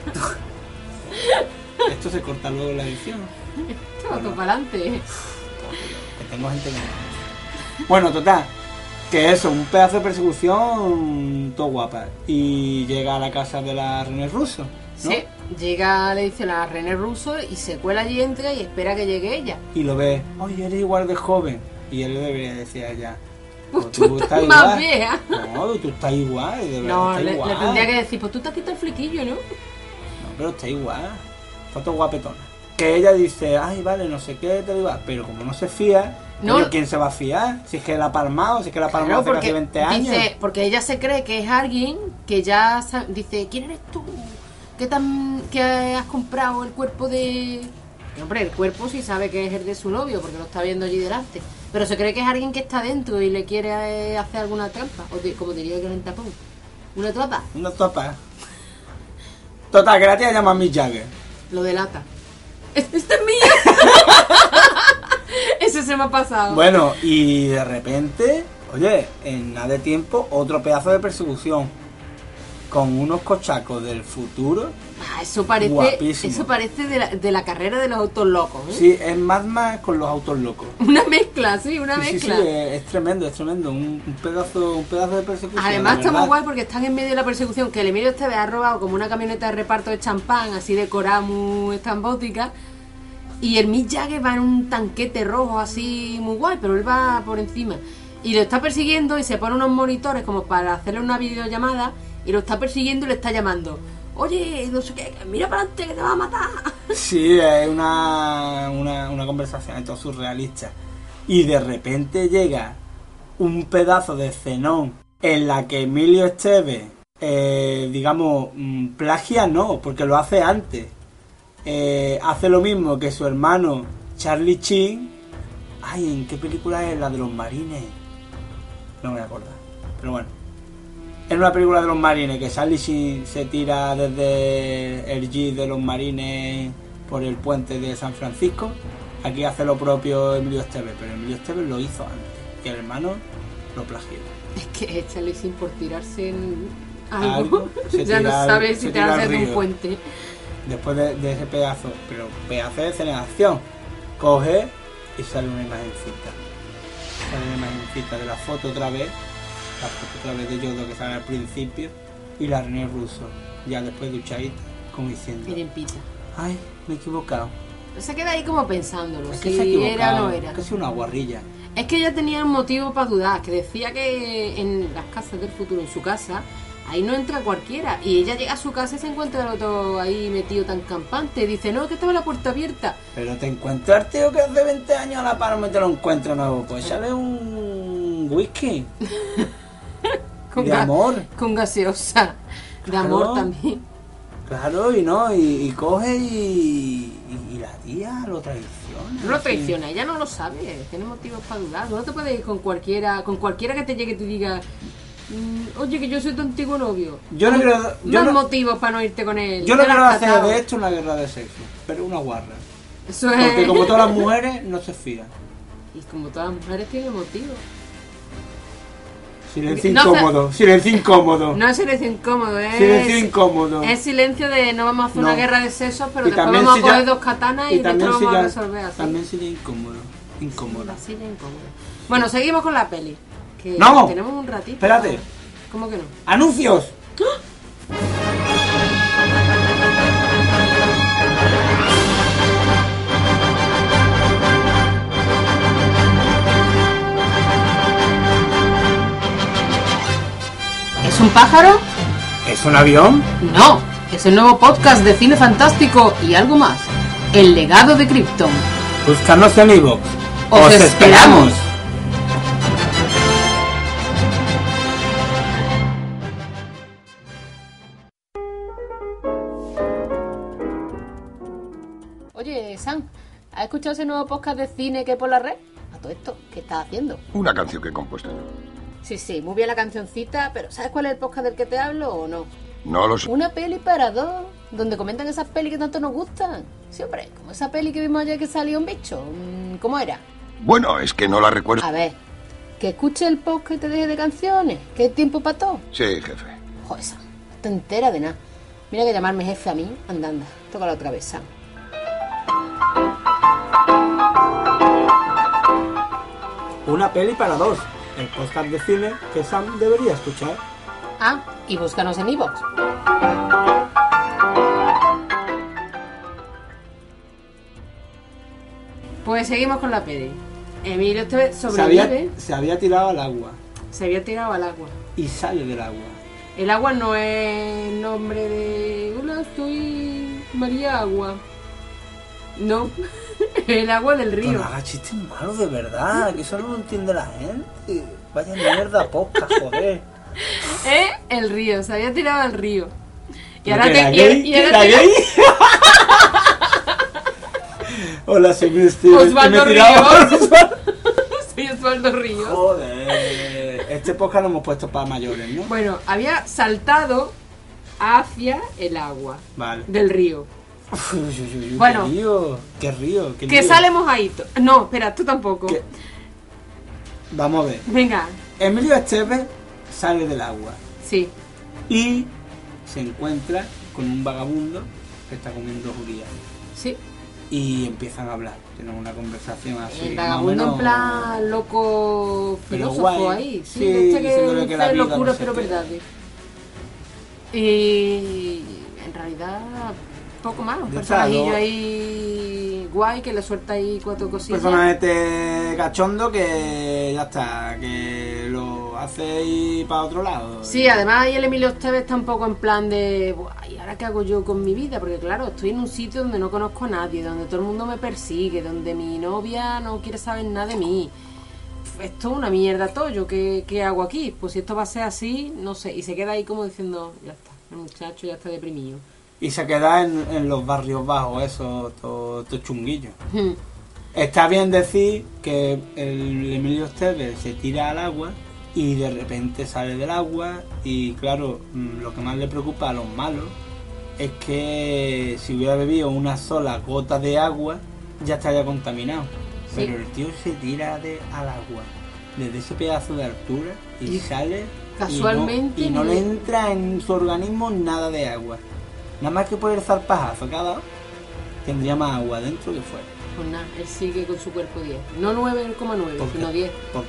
Esto se corta luego en la edición. Esto va todo para adelante. Que tengo gente que no. Bueno, total. Que eso, un pedazo de persecución todo guapa. Y llega a la casa de la René Russo, ¿no? Sí, llega, le dice la René Russo y se cuela allí, entra y espera que llegue ella. Y lo ve, oye, eres igual de joven. Y él le debería decir a ella, Pues tú estás igual. más vieja. No, tú estás igual, de verdad, No, estás le igual. tendría que decir, pues tú te has quitado el flequillo, ¿no? No, pero está igual. Está todo guapetona. Que ella dice, ay, vale, no sé qué, te digo, pero como no se fía, No. coño, ¿quién se va a fiar? Si es que la ha palmado, si es que la ha palmado Claro, hace casi 20 años. dice, porque ella se cree que es alguien que ya dice, ¿quién eres tú? ¿Qué has comprado el cuerpo de...? Que, hombre, el cuerpo sí sabe que es el de su novio, porque lo está viendo allí delante. Pero se cree que es alguien que está dentro y le quiere hacer alguna trampa. Como diría que en tapón. ¿Una trampa? Una topa. Total, que la tía llama a Mick Jagger. Lo delata. ¡Este es mío! Eso se me ha pasado. Bueno, y de repente, oye, en nada de tiempo, otro pedazo de persecución. Con unos cochacos del futuro. Ah, eso Guapísimo. parece de la carrera de los autos locos, ¿eh? Sí, es Mad Max con los autos locos. Una mezcla, sí, una Sí, mezcla. sí, es tremendo, es tremendo. Un pedazo de persecución. Además de está muy verdad. guay porque están en medio de la persecución, que el Emilio Esteve ha robado como una camioneta de reparto de champán, así decorada muy estrambótica, y el Mick Jagger va en un tanquete rojo así muy guay, pero él va por encima. Y lo está persiguiendo y se pone unos monitores como para hacerle una videollamada, y lo está persiguiendo y le está llamando. Oye, no sé qué, mira para adelante que te va a matar. Sí, es una conversación todo surrealista. Y de repente llega un pedazo de escenón en la que Emilio Esteve, digamos, plagia no, porque lo hace antes. Hace lo mismo que su hermano Charlie Sheen. Ay, ¿en qué película es? La de los marines. No me voy a acordar. Pero bueno. En una película de los marines que Charlie Sheen se tira desde el jeep de los marines por el puente de San Francisco. Aquí hace lo propio Emilio Esteve, pero Emilio Esteve lo hizo antes y el hermano lo plagió. Es que échale sin por tirarse en Algo, algo. se Ya no tira al- sabe se si tira al tirarse de un río. puente. Después de ese pedazo, pero pedazo de escena de acción, coge y sale una imagencita. Sale una imagencita de la foto otra vez. La foto otra vez de Yoda que sale al principio y la René Russo, ya después duchadita, como diciendo, Y limpita. ay, me he equivocado. Se queda ahí como pensándolo, Es que se ha si equivocado, era o no era. que es una guarrilla. Es que ella tenía un motivo para dudar, que decía que en las casas del futuro, en su casa, ahí no entra cualquiera. Y ella llega a su casa y se encuentra el otro ahí metido tan campante. Dice, no, que estaba la puerta abierta. Pero te encuentras al tío que hace 20 años a la palma y te lo encuentras nuevo. Pues sale un whisky. De amor. Con gaseosa. De Claro. amor también. Claro, y no, y coge y la tía lo traiciona. No lo así. traiciona, ella no lo sabe. Tiene motivos para dudar. No te puedes ir con cualquiera que te llegue y te diga, oye, que yo soy tu antiguo novio. Yo no quiero- yo Más no- motivos para no irte con él. Yo no Ya lo quiero has hacer tratado. de esto una guerra de sexo, pero una guarra. Eso Porque es. como todas las mujeres, no se fían. Y como todas las mujeres tienen motivos. Silencio No, incómodo, silencio incómodo. No es silencio incómodo, Silencio incómodo. es silencio de no vamos a hacer No. una guerra de sexos, pero Y después también vamos a si ya- coger dos katanas y después también vamos si a ya- resolver así. También sería incómodo. Incómoda. La silla incómoda. Bueno, seguimos con la peli. Que ¡No! tenemos un ratito. Espérate. ¿Cómo que no? ¡Anuncios! ¿Es un pájaro? ¿Es un avión? No, es el nuevo podcast de cine fantástico y algo más. El legado de Krypton. Búscanos en iVoox. ¡Os esperamos! Oye, Sam, ¿has escuchado ese nuevo podcast de cine que hay por la red? A todo esto, ¿qué estás haciendo? Una canción que he compuesto yo. Sí, muy bien la cancioncita, pero ¿sabes cuál es el podcast del que te hablo o no? No lo sé. Una peli para dos, donde comentan esas pelis que tanto nos gustan. Sí, hombre, como esa peli que vimos ayer que salía un bicho. ¿Cómo era? Bueno, es que no la recuerdo. A ver, que escuche el podcast y te deje de canciones, que hay tiempo para todo. Sí, jefe. Joder, Sam, no te entera de nada. Mira que llamarme jefe a mí, anda, tócala otra vez, Sam. Una peli para dos. El podcast de cine que Sam debería escuchar. Ah, y búscanos en iVoox. Pues seguimos con la peli. Emilio Estevez sobrevive. Se había tirado al agua. Se había tirado al agua. Y sale del agua. El agua no es nombre de... Hola, soy María Agua. No, el agua del Pero río. no hagas chistes malos de verdad, que eso no lo entiende la gente. Vaya mierda, podcast, joder. El río, se había tirado al río. Y ¿Pero ahora que te... era y- gay? y ¿Que ahora era te- gay? Hola, soy Steve. Osvaldo me he tirado- Ríos. Soy Osvaldo Ríos. Joder. Este podcast lo hemos puesto para mayores, ¿no? Bueno, había saltado hacia el agua Vale. del río. Uy, uy, uy, Bueno. Qué río, qué río. Qué Que lío. sale mojadito. No, espera, tú tampoco. ¿Qué? Vamos a ver. Venga, Emilio Estevez sale del agua sí. y se encuentra con un vagabundo que está comiendo judías. Sí. Y empiezan a hablar, tienen una conversación así. El más o vagabundo menos- en plan loco Pero filósofo guay. ahí. Sí, Sí, de este diciéndole que la dice vida locuras no sé pero qué. verdades. Y en realidad poco más. Un Ya personajillo está, ¿no? ahí guay que le suelta ahí cuatro Un cosillas. personaje este cachondo que ya está, que lo hace ir para otro lado. Sí, además ahí el Emilio Estevez está un poco en plan de "Buah, ¿y ahora qué hago yo con mi vida? Porque claro, estoy en un sitio donde no conozco a nadie, donde todo el mundo me persigue, donde mi novia no quiere saber nada de mí. Esto es una mierda todo, ¿yo qué hago aquí? Pues si esto va a ser así, no sé. Y se queda ahí como diciendo, ya está, el muchacho ya está deprimido. Y se queda en los barrios bajos, esos, todo chunguillos. Hmm. Está bien decir que el Emilio Estevez se tira al agua y de repente sale del agua y claro, lo que más le preocupa a los malos es que si hubiera bebido una sola gota de agua ya estaría contaminado. Sí. Pero el tío se tira al agua desde ese pedazo de altura y Y sale casualmente y no ni- le entra en su organismo nada de agua. Nada más que por el zarpajazo que ha dado, tendría más agua dentro que fuera. Pues nada, él sigue con su cuerpo 10. No 9,9, ¿Por qué? sino 10. Porque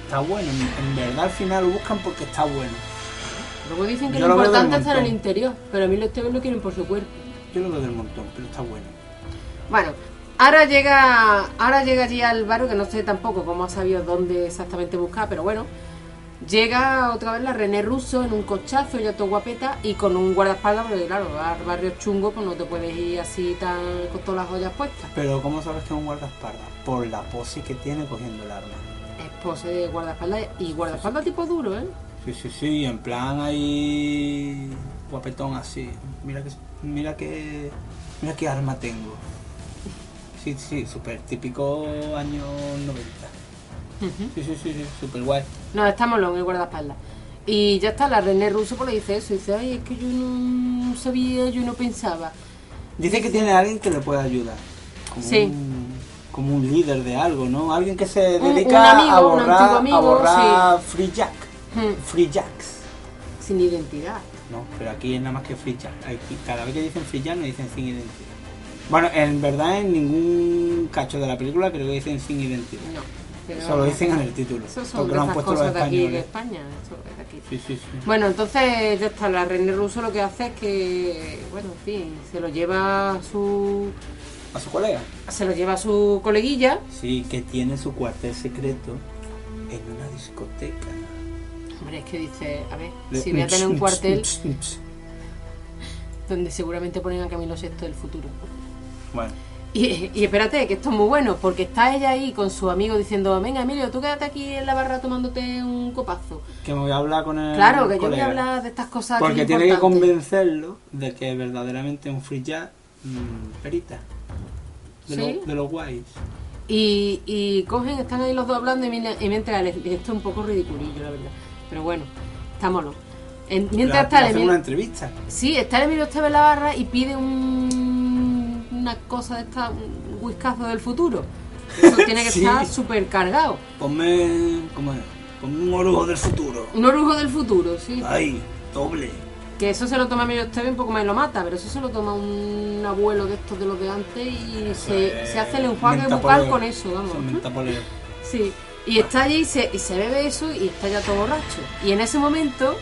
está bueno. En verdad al final lo buscan porque está bueno. Luego dicen que Yo lo lo veo del importante está en el montón. interior, pero a mí los TV lo quieren por su cuerpo. Yo lo veo del montón, pero está bueno. Bueno, ahora llega allí al barrio, que no sé tampoco cómo ha sabido dónde exactamente buscar, pero bueno. Llega otra vez la René Russo en un cochazo, ya todo guapeta, y con un guardaespaldas, porque claro, al barrio chungo, pues no te puedes ir así tan con todas las joyas puestas. Pero ¿cómo sabes que es un guardaespaldas? Por la pose que tiene cogiendo el arma. Es pose de guardaespaldas y guardaespaldas tipo duro, ¿eh? Sí, en plan ahí guapetón así. Mira qué arma tengo. Sí, súper típico años 90. Sí, súper guay. No, está molón el guardaespaldas. Y ya está, la René Russo pues le dice eso, dice, ay, es que yo no sabía, yo no pensaba. Dice que tiene a alguien que le puede ayudar. Sí. Como un líder de algo, ¿no? Alguien que se Un dedica amigo, un antiguo amigo, a borrar Free Jack. Free Jacks. Sin identidad. No, pero aquí es nada más que Free Jack. Aquí, cada vez que dicen Free Jack no dicen sin identidad. Bueno, en verdad en ningún cacho de la película creo que dicen sin identidad. No. Pero Solo dicen en el título. Eso son porque de lo han esas puesto los cosas de aquí, de españoles. España. Eso es de aquí. Sí. Bueno, entonces ya está, la René Russo lo que hace es que, bueno, en fin, se lo lleva a su coleguilla. Sí, que tiene su cuartel secreto en una discoteca. Hombre, es que dice, a ver, si voy a tener un cuartel donde seguramente ponen a Camilo VI del futuro. Bueno, Y espérate, que esto es muy bueno, porque está ella ahí con su amigo diciendo, venga Emilio, tú quédate aquí en la barra tomándote un copazo. que me voy a hablar con el Claro, que yo voy colega. a hablar de estas cosas. Porque es tiene que importante. convencerlo de que verdaderamente es un free jazz perita. ¿Sí? De los guays. Y cogen, están ahí los dos hablando y mientras esto es un poco ridiculillo, la verdad. Pero bueno, está mono. Mientras está el hacer una Emilio... entrevista. Sí, está el Emilio Esteve en la barra y pide una cosa de esta, un whiskazo del futuro. Eso tiene que Sí. estar súper cargado. Ponme un orujo del futuro. Un orujo del futuro, sí. Ay, doble. Que eso se lo toma Emilio Esteve un poco más y lo mata, pero eso se lo toma un abuelo de estos de los de antes y se hace el enjuague bucal con eso, vamos. Son mentapoleo. Sí, y está allí y se bebe eso y está ya todo borracho. Y en ese momento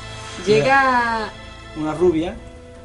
llega Una rubia.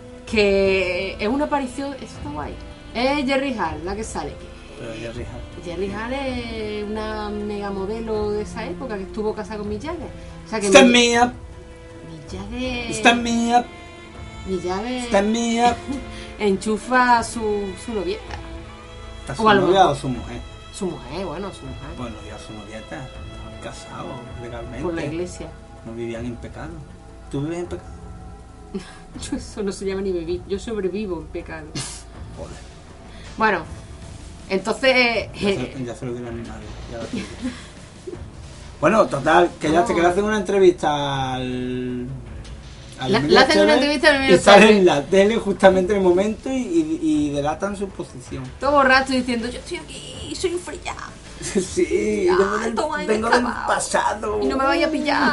que es una aparición, eso está guay. Es Jerry Hall la que sale. Pero ella rija. Jerry Hall es una mega modelo de esa época que estuvo casada con Mick Jagger. O sea que Stand me up. Mick Jagger, Stand me up. Mick Jagger Stand me up. enchufa a su novieta. ¿Está O su a lo novia mejor. o su mujer? Su mujer, bueno, su mujer. Bueno, ya su novieta. Estaban casados legalmente. Por la iglesia. No vivían en pecado. ¿Tú vives en pecado? Yo eso no se llama ni vivir. Yo sobrevivo en pecado. Joder. Bueno, entonces... Ya se lo dirán a nadie. Ya lo tengo. Bueno, total, que ya te que le hacen una entrevista al Le Emilio hacen una Esteve entrevista al Emilio y sale Esteve. en la tele justamente en el momento y delatan su posición. todo borracho diciendo, yo estoy aquí, soy un frilla. Sí, toma, me vengo del escapado. pasado. Y no me vaya a pillar.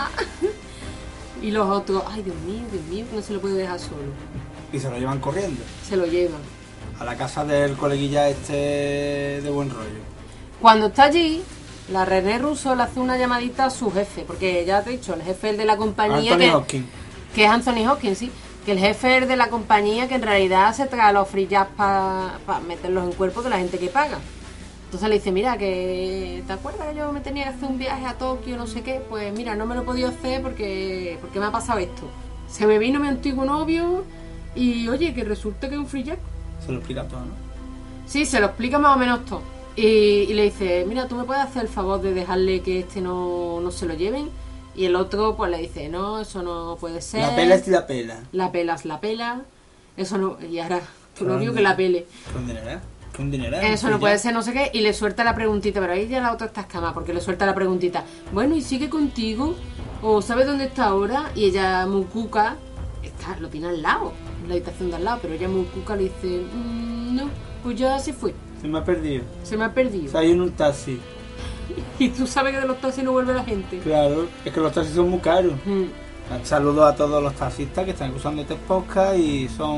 Y los otros, ay Dios mío, no se lo puede dejar solo. Y se lo llevan corriendo Se lo llevan. a la casa del coleguilla este de buen rollo. Cuando está allí, la René Russo le hace una llamadita a su jefe, porque ya te he dicho, el jefe de la compañía Anthony Hopkins. que es Anthony Hopkins, sí, que el jefe es de la compañía que en realidad se trae a los free jazz para meterlos en cuerpo de la gente que paga. Entonces le dice, mira, que ¿te acuerdas que yo me tenía que hacer un viaje a Tokio, no sé qué? Pues mira, no me lo he podido hacer porque me ha pasado esto. Se me vino mi antiguo novio y oye, que resulta que es un free jazz. Se lo explica todo, ¿no? Sí, se lo explica más o menos todo. Y le dice, mira, tú me puedes hacer el favor de dejarle que este no se lo lleven. Y el otro pues le dice, no, eso no puede ser. La pela es la pela. La pela es la pela. Eso no. Y ahora tu Qué novio grande. que la pele. Con dinero. Con dinero. Eso no puede ser, no sé qué. Y le suelta la preguntita, pero ahí ya la otra está escama, porque le suelta la preguntita. Bueno, ¿y sigue contigo? ¿O sabes dónde está ahora? Y ella, Mucuca, lo tiene al lado, en la habitación de al lado, pero ella, Mucuca, le dice, no, pues ya se fue. Se me ha perdido. Se me ha perdido. Se ha ido en un taxi. Y tú sabes que de los taxis no vuelve la gente. Claro, es que los taxis son muy caros. Mm. Saludos a todos los taxistas que están usando este podcast y son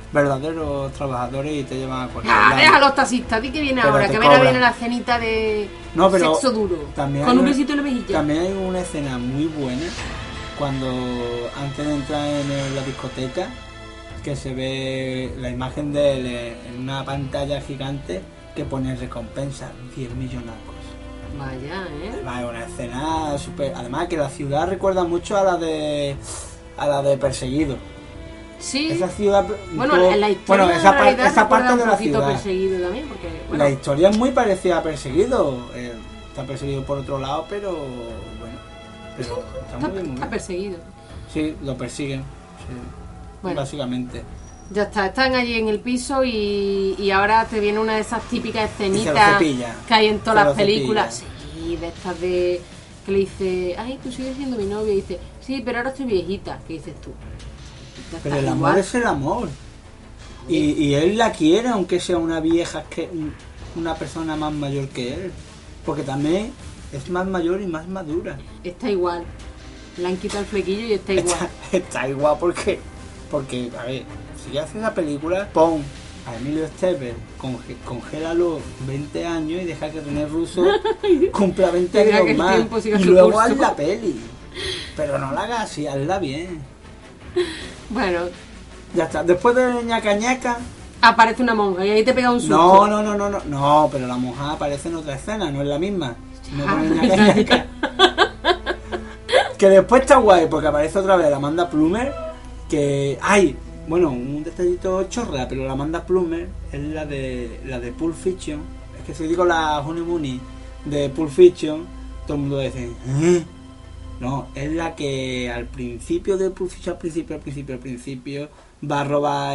verdaderos trabajadores y te llevan a cualquier lado. Deja a los taxistas, di que viene Pero ahora, te que ahora cobran. viene la cenita de No, pero sexo duro, también con hay un una- besito en la mejilla. También hay una escena muy buena cuando antes de entrar en la discoteca, que se ve la imagen de él en una pantalla gigante que pone recompensa 10 millonacos. Vaya, Además es una escena súper... Además que la ciudad recuerda mucho a la de Perseguido. Sí. Esa ciudad... Bueno, la historia bueno, en realidad esa parte recuerda de un la poquito ciudad. Perseguido también, porque bueno, La historia es muy parecida a Perseguido. Está perseguido por otro lado, pero bueno. Pero está muy bien, muy está bien. perseguido. Sí, lo persiguen. Sí, Bueno. básicamente. Ya está, están allí en el piso y ahora te viene una de esas típicas Y se lo escenitas cepilla. que hay en todas Se las lo cepilla. películas. Sí, de estas de que le dice, ay, tú sigues siendo mi novia. Y dice, sí, pero ahora estoy viejita. ¿Qué dices tú? Ya Pero estás el amor igual. es el amor. Y él la quiere, aunque sea una vieja, una persona más mayor que él. Porque también es más mayor y más madura. Está igual. Le han quitado el flequillo y está igual. Está igual porque, a ver, si haces esa película, pon a Emilio Estevez, congélalo 20 años y deja que René Russo cumpla 20 Deja que años el más. tiempo siga Y su luego curso. haz la peli. Pero no la hagas así, hazla bien. Bueno, Ya está. Después de ñaca ñaca. aparece una monja y ahí te pega un susto. No, pero la monja aparece en otra escena, no es la misma. No Ah, con el ñaca ñaca. Que después está guay porque aparece otra vez la Amanda Plummer. Que hay, bueno, un detallito chorra, pero la Amanda Plummer es la de Pulp Fiction. Es que si digo la Honey Mooney de Pulp Fiction, todo el mundo dice, ¿eh? No, es la que al principio de Pulp Fiction, al principio, va a robar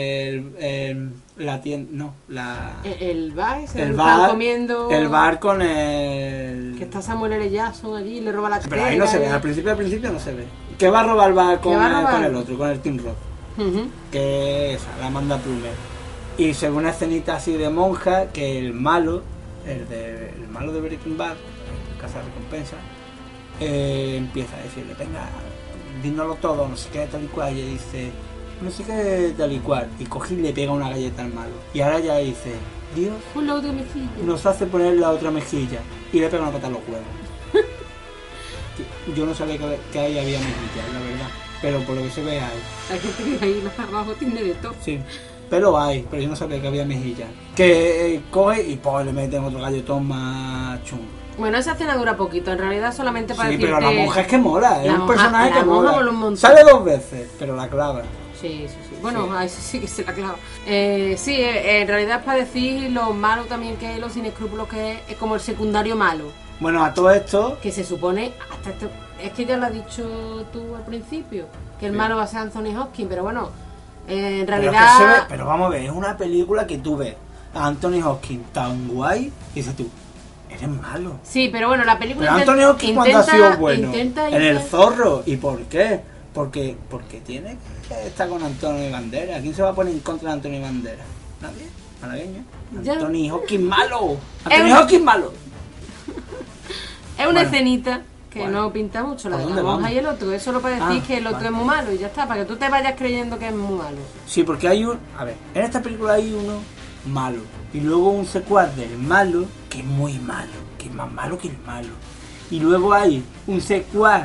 la tienda, no, El bar, se el lo bar, están comiendo. el bar con el... Que está Samuel L. Jackson allí y le roba la Pero ahí no se ve, al principio no se ve. Que va a robar el bar ¿Qué va a robar? con el otro, con el Tim Roth. Ujú. Que es esa, la Amanda Plummer. Y según una escenita así de monja, que el malo de Breaking Bad, Casa Recompensa, empieza a decirle, venga, dínoslo todo, no sé qué, tal y cual. Y ella dice, no sé qué, tal y cual. Y coge y le pega una galleta al malo. Y ahora ya dice, Dios Un logo de mejilla. nos hace poner la otra mejilla. Y le pega una patada a los huevos. Yo no sabía que ahí había mejillas, la verdad. Pero por lo que se ve hay. Hay gente que ahí más abajo tiene de todo. Sí, pero hay, pero yo no sabía que había mejillas. Que coge y pues le meten otro galletón más chungo. Bueno, esa escena dura poquito, en realidad solamente para Sí, decirte... pero la monja es que mola, es La un monja- personaje la que monja mola. mola un montón. Sale 2 veces, pero la clava. Sí. Bueno, Sí. a eso sí que se la clava. Sí, en realidad es para decir lo malo también que es, lo sin escrúpulos que es como el secundario malo. Bueno, a todo esto, Que se supone, hasta esto, es que ya lo has dicho tú al principio, que el malo va a ser Anthony Hopkins, pero bueno, en pero, es que realidad... se ve- pero vamos a ver, es una película que tú ves a Anthony Hopkins tan guay y dices tú, eres malo. Sí, pero bueno, la película Pero Anthony Hopkins cuando ha sido bueno intenta en El hacer- Zorro, ¿y por qué? Porque tiene que estar con Antonio Banderas. ¿Quién se va a poner en contra de Antonio Banderas? Nadie, malagueño. Ya. Anthony Hopkins malo. Es Anthony un- Hopkins malo. Es una Bueno. escenita que Bueno. no pinta mucho, la ¿Por de la dónde monja vamos? y el otro, es solo para decir Ah, que el otro vale. es muy malo y ya está, para que tú te vayas creyendo que es muy malo. Sí, porque hay un... A ver, en esta película hay uno malo. Y luego un secuaz del malo que es muy malo. Que es más malo que el malo. Y luego hay un secuaz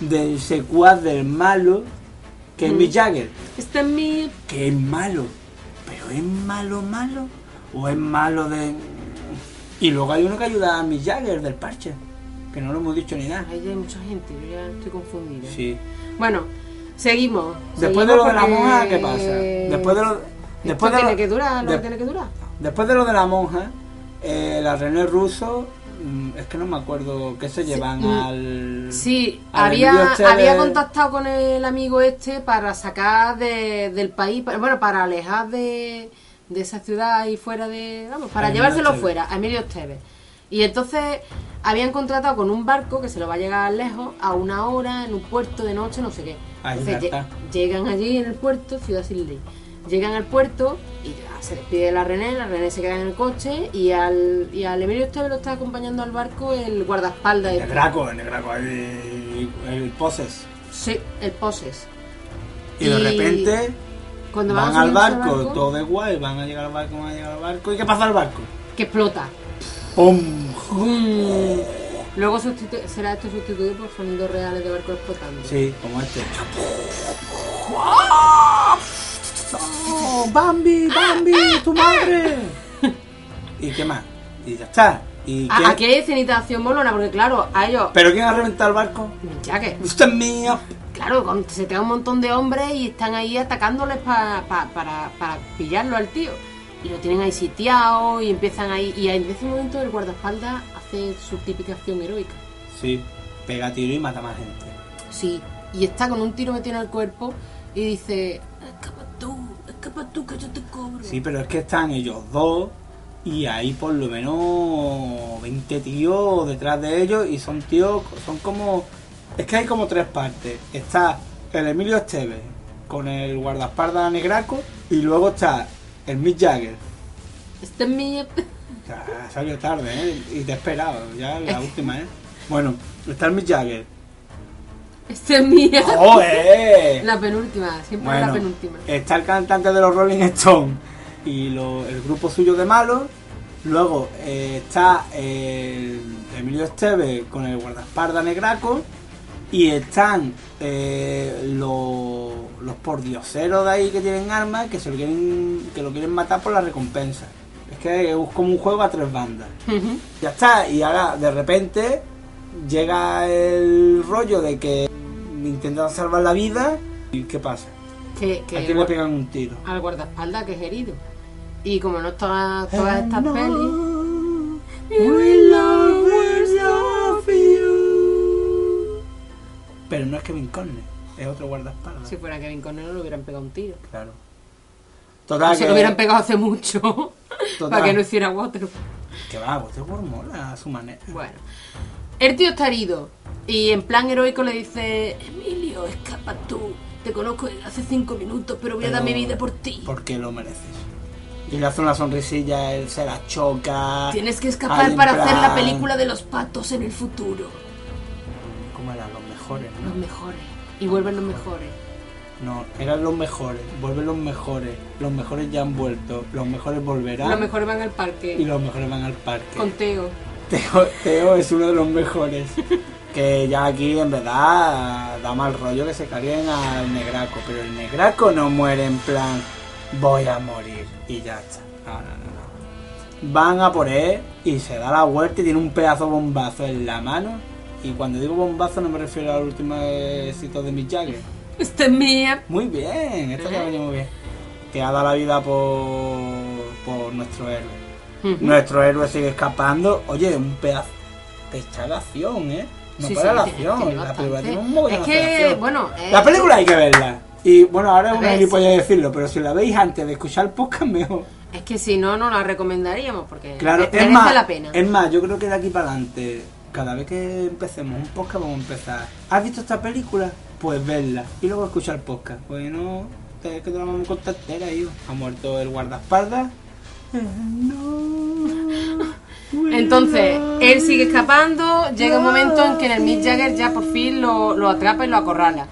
del malo que es Mick Jagger. Este es mi... Que es malo. Pero es malo o es malo de... Y luego hay uno que ayuda a Mick Jagger del parche, que no lo hemos dicho ni nada. Ahí hay mucha gente, yo ya estoy confundida. Sí. Bueno, seguimos. Después de lo de la monja, ¿qué pasa? Después de lo Después de tiene lo- que durar lo de- que tiene que durar. Después de lo de la monja, la René Russo, es que no me acuerdo qué se llevan al... Sí, al Emilio Estevez. había contactado con el amigo este para sacar del país, bueno, para alejar de esa ciudad y fuera de... Vamos, para A Emilio llevárselo Estevez. fuera, a Emilio Estevez. Y entonces habían contratado con un barco que se lo va a llegar lejos, a 1 hora, en un puerto de noche, no sé qué. Ahí Entonces, está. llegan allí en el puerto, Ciudad Sin Ley. Llegan al puerto y ya se despide la René se queda en el coche y al Emilio Estevez lo está acompañando al barco el guardaespaldas. El Graco, el Poses. Sí, el Poses. Y de repente Cuando van van al subiendo barco, al barco, todo es guay, van a llegar al barco. ¿Y qué pasa al barco? que explota. ¡Pum! Luego será esto sustituido por sonidos reales de barco explotando. Sí, como este. ¡Oh, Bambi, tu madre! ¿Y qué más? Y ya está. ¿Y quién? Aquí hay escenita de acción molona, porque claro, a ellos... ¿Pero quién ha reventado el barco? Mick Jagger. ¡Usted es mío! Claro, se te da un montón de hombres y están ahí atacándoles para pillarlo al tío. Y lo tienen ahí sitiado y empiezan ahí... Y en ese momento el guardaespaldas hace su típica acción heroica. Sí, pega tiro y mata más gente. Sí, y está con un tiro metido en el cuerpo y dice... Escapa tú, que yo te cobro. Sí, pero es que están ellos dos y hay por lo menos 20 tíos detrás de ellos y son tíos, son como... Es que hay como tres partes. Está el Emilio Esteve con el guardaespaldas negraco y luego está el Mick Jagger. Este es mi... Ya, salió tarde, ¿eh? Y te he esperado, ya la última, ¿eh? Bueno, está el Mick Jagger. Este es mi... ¡Joder! La penúltima, siempre Bueno, la penúltima. está el cantante de los Rolling Stones y el grupo suyo de malos. Luego está el Emilio Esteve con el guardaespaldas negraco. Y están los pordioseros de ahí que tienen armas que lo quieren matar por la recompensa. Es que es como un juego a tres bandas. Ya está, y ahora de repente llega el rollo de que intentan salvar la vida. ¿Y qué pasa? Que ¿A quién le pegan un tiro? al guardaespaldas, que es herido. Y como no todas estas pelis... Pero no es Kevin Conner, es otro guardaespaldas. Si fuera Kevin Conner no le hubieran pegado un tiro. Claro. Total, Se lo hubieran pegado hace mucho. Total. Para que no hiciera Waterworld. Que va, Waterworld mola a su manera. Bueno. El tío está herido. Y en plan heroico le dice... Emilio, escapa tú. Te conozco desde hace 5 minutos, pero voy a dar mi vida por ti. Porque lo mereces. Y le hace una sonrisilla, él se la choca. Tienes que Ahí escapar en para hacer la plan- película de los patos en el futuro. ¿Cómo eran los mejores, Los no? mejores. Y vuelven los mejores. No, eran los mejores, vuelven los mejores ya han vuelto, los mejores volverán. Los mejores van al Y parque. los mejores van al parque. Con Teo. Teo es uno de los mejores. Que ya aquí en verdad da mal rollo que se carguen al negraco. Pero el negraco no muere en plan voy a morir y ya está. No. Van a por él y se da la vuelta y tiene un pedazo bombazo en la mano. Y cuando digo bombazo no me refiero al último éxito de Mick Jagger. Este es mía. Muy bien, esto te ha venido muy bien. Que ha dado la vida por nuestro héroe. Nuestro héroe sigue escapando. Oye, un pedazo de acción, ¿eh? No Sí, para la sí, acción. tiene La bastante. película tiene un mogollón Es de que, acción. bueno... La película hay que verla. Y bueno, ahora es una ¿Ves? gilipollez decirlo, pero si la veis antes de escuchar el podcast, mejor. Es que si no, no la recomendaríamos porque Claro, merece es más, la pena. es más, yo creo que de aquí para adelante, cada vez que empecemos un podcast, vamos a empezar. ¿Has visto esta película? Pues verla. Y luego escuchar el podcast. Pues no, es que te la vamos a contar entera, hijo. Ha muerto el guardaespaldas. Entonces, él sigue escapando, llega un momento en que el Mick Jagger ya por fin lo atrapa y lo acorrala.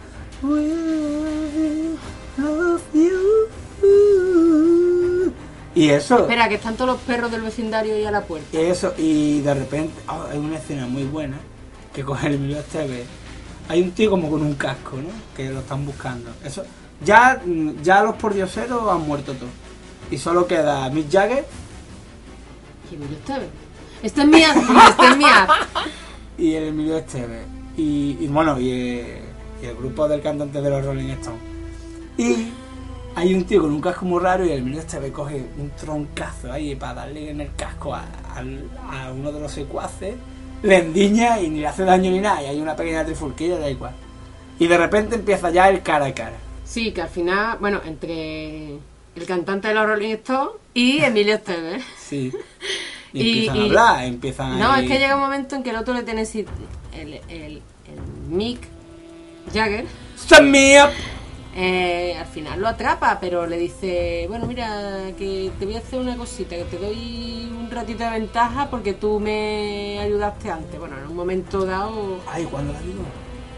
Y eso, Espera, que están todos los perros del vecindario ahí a la puerta. y de repente, hay una escena muy buena que coge el Emilio Esteve. Hay un tío como con un casco, ¿no? Que lo están buscando. Eso, ya los pordioseros han muerto todos. Y solo queda Mick Jagger Y Emilio Esteve. Esta es mía, esta es mía. y el Emilio Esteve. Y bueno, y el grupo del cantante de los Rolling Stones. Y hay un tío con un casco muy raro y el Emilio Esteve coge un troncazo ahí para darle en el casco a uno de los secuaces, le endiña y ni le hace daño ni nada. Y hay una pequeña trifulquilla, da igual. Y de repente empieza ya el cara a cara. Sí, que al final, bueno, entre el cantante de los Rolling Stones y Emilio Esteve. Sí. Y empiezan a hablar, empiezan No, ahí. es que llega un momento en que el otro le tiene el Mick Jagger. ¡Son míos! Al final lo atrapa, pero le dice, bueno, mira, que te voy a hacer una cosita, que te doy un ratito de ventaja porque tú me ayudaste antes. Bueno, en un momento dado, Ay, ¿cuándo la digo? es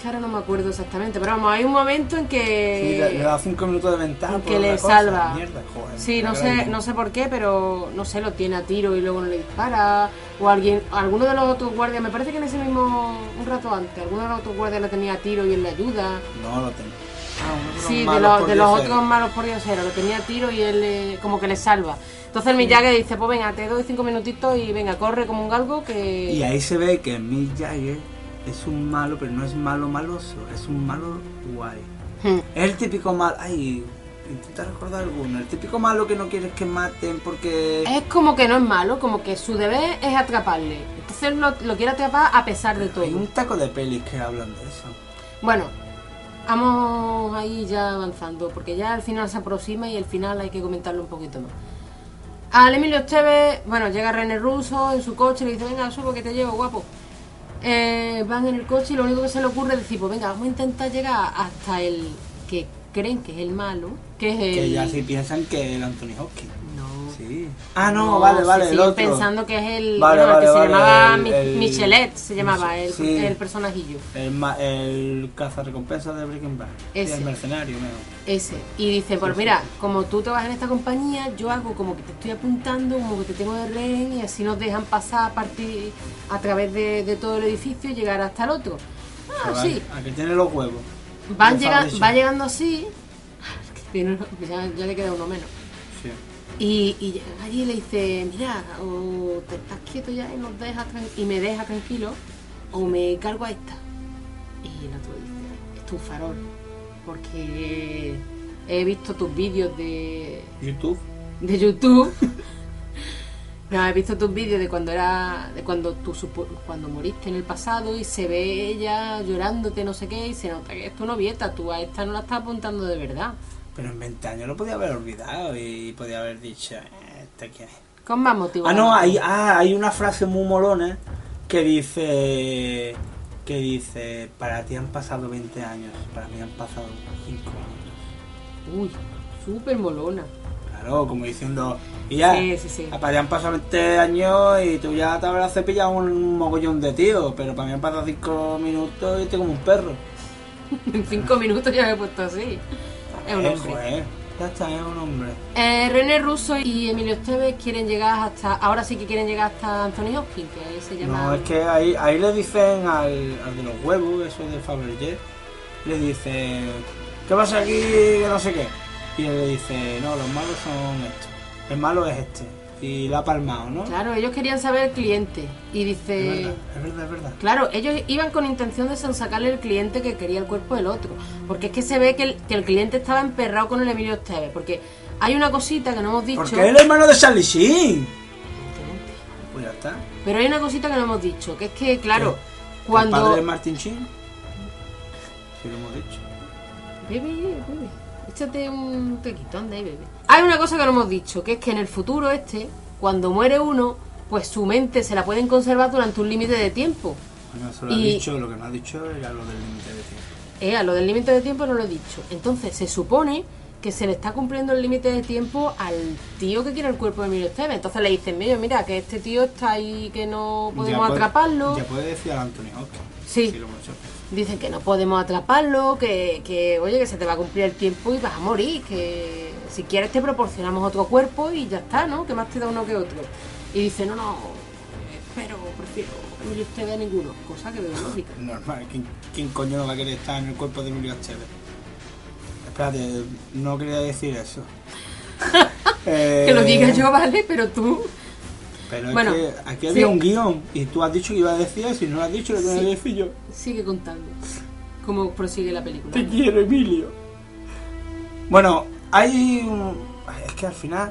que ahora no me acuerdo exactamente, pero vamos, hay un momento en Sí, que... le da 5 minutos de ventaja. que por le una cosa. salva. Mierda, joder, Sí, me no cago en sé, el no sé por qué, pero no sé, lo tiene a tiro y luego no le dispara. O alguno de los otros guardias, me parece que en ese mismo, un rato antes, alguno de los otros guardias le tenía a tiro y él le ayuda. No lo tengo. Sí, de los otros malos por dioseros, lo tenía a tiro y él como que le salva. Entonces el Mick Jagger dice, pues venga, te doy 5 minutitos y venga, corre como un galgo que... Y ahí se ve que Mick Jagger es un malo, pero no es malo maloso, es un malo guay. Es el típico malo... Ay, intenta recordar alguno. El típico malo que no quieres que maten porque... Es como que no es malo, como que su deber es atraparle. Entonces lo quiere atrapar a pesar de todo. Hay un taco de pelis que hablan de eso. Bueno, vamos ahí ya avanzando, porque ya al final se aproxima y el final hay que comentarlo un poquito más. Al Emilio Estevez, bueno, llega René Russo en su coche y le dice, venga, subo que te llevo, guapo. Van en el coche y lo único que se le ocurre es decir, pues venga, vamos a intentar llegar hasta el que creen que es el malo, que es el... Que ya sí piensan que es el Anthony Hopkins. No. Sí. Ah, no, vale, se el siguen otro. pensando que es el, Vale, bueno, el que vale, se llamaba el- Michelet, se llamaba Sí. el personajillo. El cazarrecompensa de Breaking Bad. Sí, Ese. el mercenario, mejor. Ese. Y dice, pues Sí, mira, sí. como tú trabajas en esta compañía, yo hago como que te estoy apuntando, como que te tengo de rehén y así nos dejan pasar a partir a través de todo el edificio y llegar hasta el otro. Ah, Chaval, sí. a que tiene los huevos. Va llegando así. Ya le queda uno menos. Sí. Y llega allí y le dice, mira, o te estás quieto ya y y me deja tranquilo, o me cargo a esta. Y el otro dice, es tu farol, porque he visto tus vídeos de YouTube. No, he visto tus vídeos de cuando moriste en el pasado y se ve ella llorándote, no sé qué, y se nota que es tu novieta, tú a esta no la estás apuntando de verdad. Pero en 20 años lo podía haber olvidado y podía haber dicho, ¿este quién es? Con más motivo. Hay una frase muy molona que dice, para ti han pasado 20 años, para mí han pasado 5 años. Uy, súper molona. Claro, como diciendo, y ya, Sí. para ti han pasado 20 años y tú ya te habrás cepillado un mogollón de tío, pero para mí han pasado 5 minutos y estoy como un perro. En 5 minutos ya me he puesto así. Es un hombre. Joder, ya está, es un hombre. René Russo y Emilio Estevez quieren llegar ahora sí que quieren llegar hasta Anthony Hopkins, que se llama... No, es que ahí le dicen al de los huevos, eso de Fabergé, le dice, ¿qué pasa aquí? Que no sé qué. Y él le dice, no, los malos son estos. El malo es este. Y la ha palmado, ¿no? Claro, ellos querían saber el cliente. Y dice... Es verdad. Claro, ellos iban con intención de sacarle el cliente que quería el cuerpo del otro. Porque es que se ve que el cliente estaba emperrado con el Emilio Estevez. Porque hay una cosita que no hemos dicho... Porque es el hermano de Charlie Sheen. Pues ya está. Pero hay una cosita que no hemos dicho, que es que, claro, ¿El cuando... padre de Martin Sheen? Sí, lo hemos dicho. Bebe. Échate un tequito, anda ahí, bebe. Hay una cosa que no hemos dicho, que es que en el futuro cuando muere uno, pues su mente se la pueden conservar durante un límite de tiempo. Bueno, eso lo ha dicho, lo que no ha dicho era lo del límite de tiempo. Lo del límite de tiempo no lo he dicho. Entonces se supone que se le está cumpliendo el límite de tiempo al tío que quiere el cuerpo de Emilio Estevez. Entonces le dicen, mira, que este tío está ahí, que no podemos atraparlo. Ya puede decir al Anthony Hopkins. Sí. Lo hemos hecho. Dicen que no podemos atraparlo, que oye, que se te va a cumplir el tiempo y vas a morir, que si quieres te proporcionamos otro cuerpo y ya está, ¿no? Que más te da uno que otro. Y dice, no, prefiero Emilio Estevez a ninguno, cosa que veo lógica. Normal, ¿quién coño no va a querer estar en el cuerpo de Emilio Estevez? Espérate, no quería decir eso. Que lo diga yo, ¿vale? Pero tú... Pero bueno, es que aquí había un guión y tú has dicho que ibas a decir eso y no lo has dicho, lo tengo que decir yo. Sigue contando cómo prosigue la película. Te quiero, Emilio. Bueno, es que al final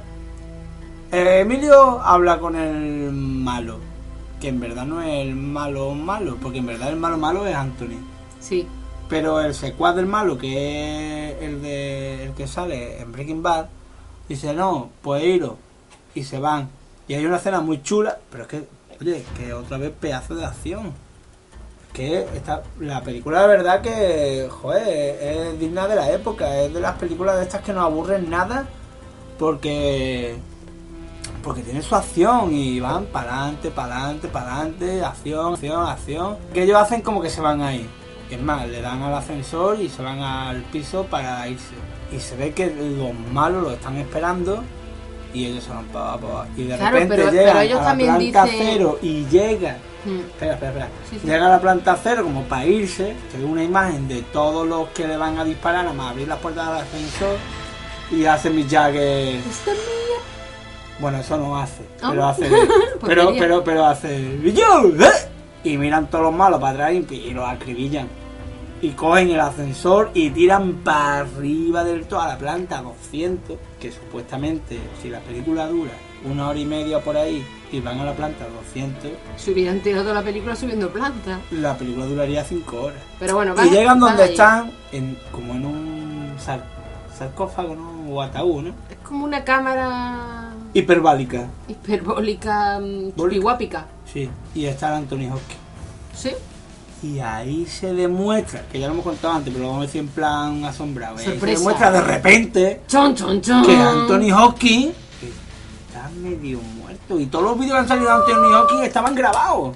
Emilio habla con el malo, que en verdad no es el malo, porque en verdad el malo es Anthony. Sí. Pero el secuaz del malo, que es el que sale en Breaking Bad, dice, no, pues iros. Y se van. Y hay una escena muy chula, pero es que, oye, que otra vez pedazo de acción. Que la película de verdad que, joder, es digna de la época. Es de las películas de estas que no aburren nada, porque tiene su acción y van para adelante, acción. Que ellos hacen como que se van ahí. Es más, le dan al ascensor y se van al piso para irse. Y se ve que los malos lo están esperando y ellos se van para abajo. Y de Claro, repente pero llegan ellos a la también planta dicen- 0 y llega. Mm. Espera. Sí, sí. Llega a la planta 0 como para irse. Se ve una imagen de todos los que le van a disparar, nada más abrir las puertas del ascensor y hace Mick Jagger. Esta es mía. Bueno, eso no hace, Ah. pero hace. Pues pero hace. ¡Yo! Y miran todos los malos para atrás y los acribillan. Y cogen el ascensor y tiran para arriba del todo a la planta 200. Que supuestamente, si la película dura 1 hora y media por ahí y van a la planta 200, Se hubieran tirado toda la película subiendo planta. la película duraría 5 horas. Pero bueno, Y llegan donde ahí. están, como en un sarcófago, ¿no? O ataúd, ¿no? Es como una cámara Hiperbálica. hiperbólica, chupiguápica. Sí. Y está Anthony Hopkins. ¿Sí? Y ahí se demuestra, que ya lo hemos contado antes, pero lo vamos a decir en plan asombrado. Ahí se Sorpresa. demuestra de repente Chon, chon, chon. que Anthony Hopkins está medio muerto. Y todos los vídeos que han salido de Anthony Hopkins estaban grabados.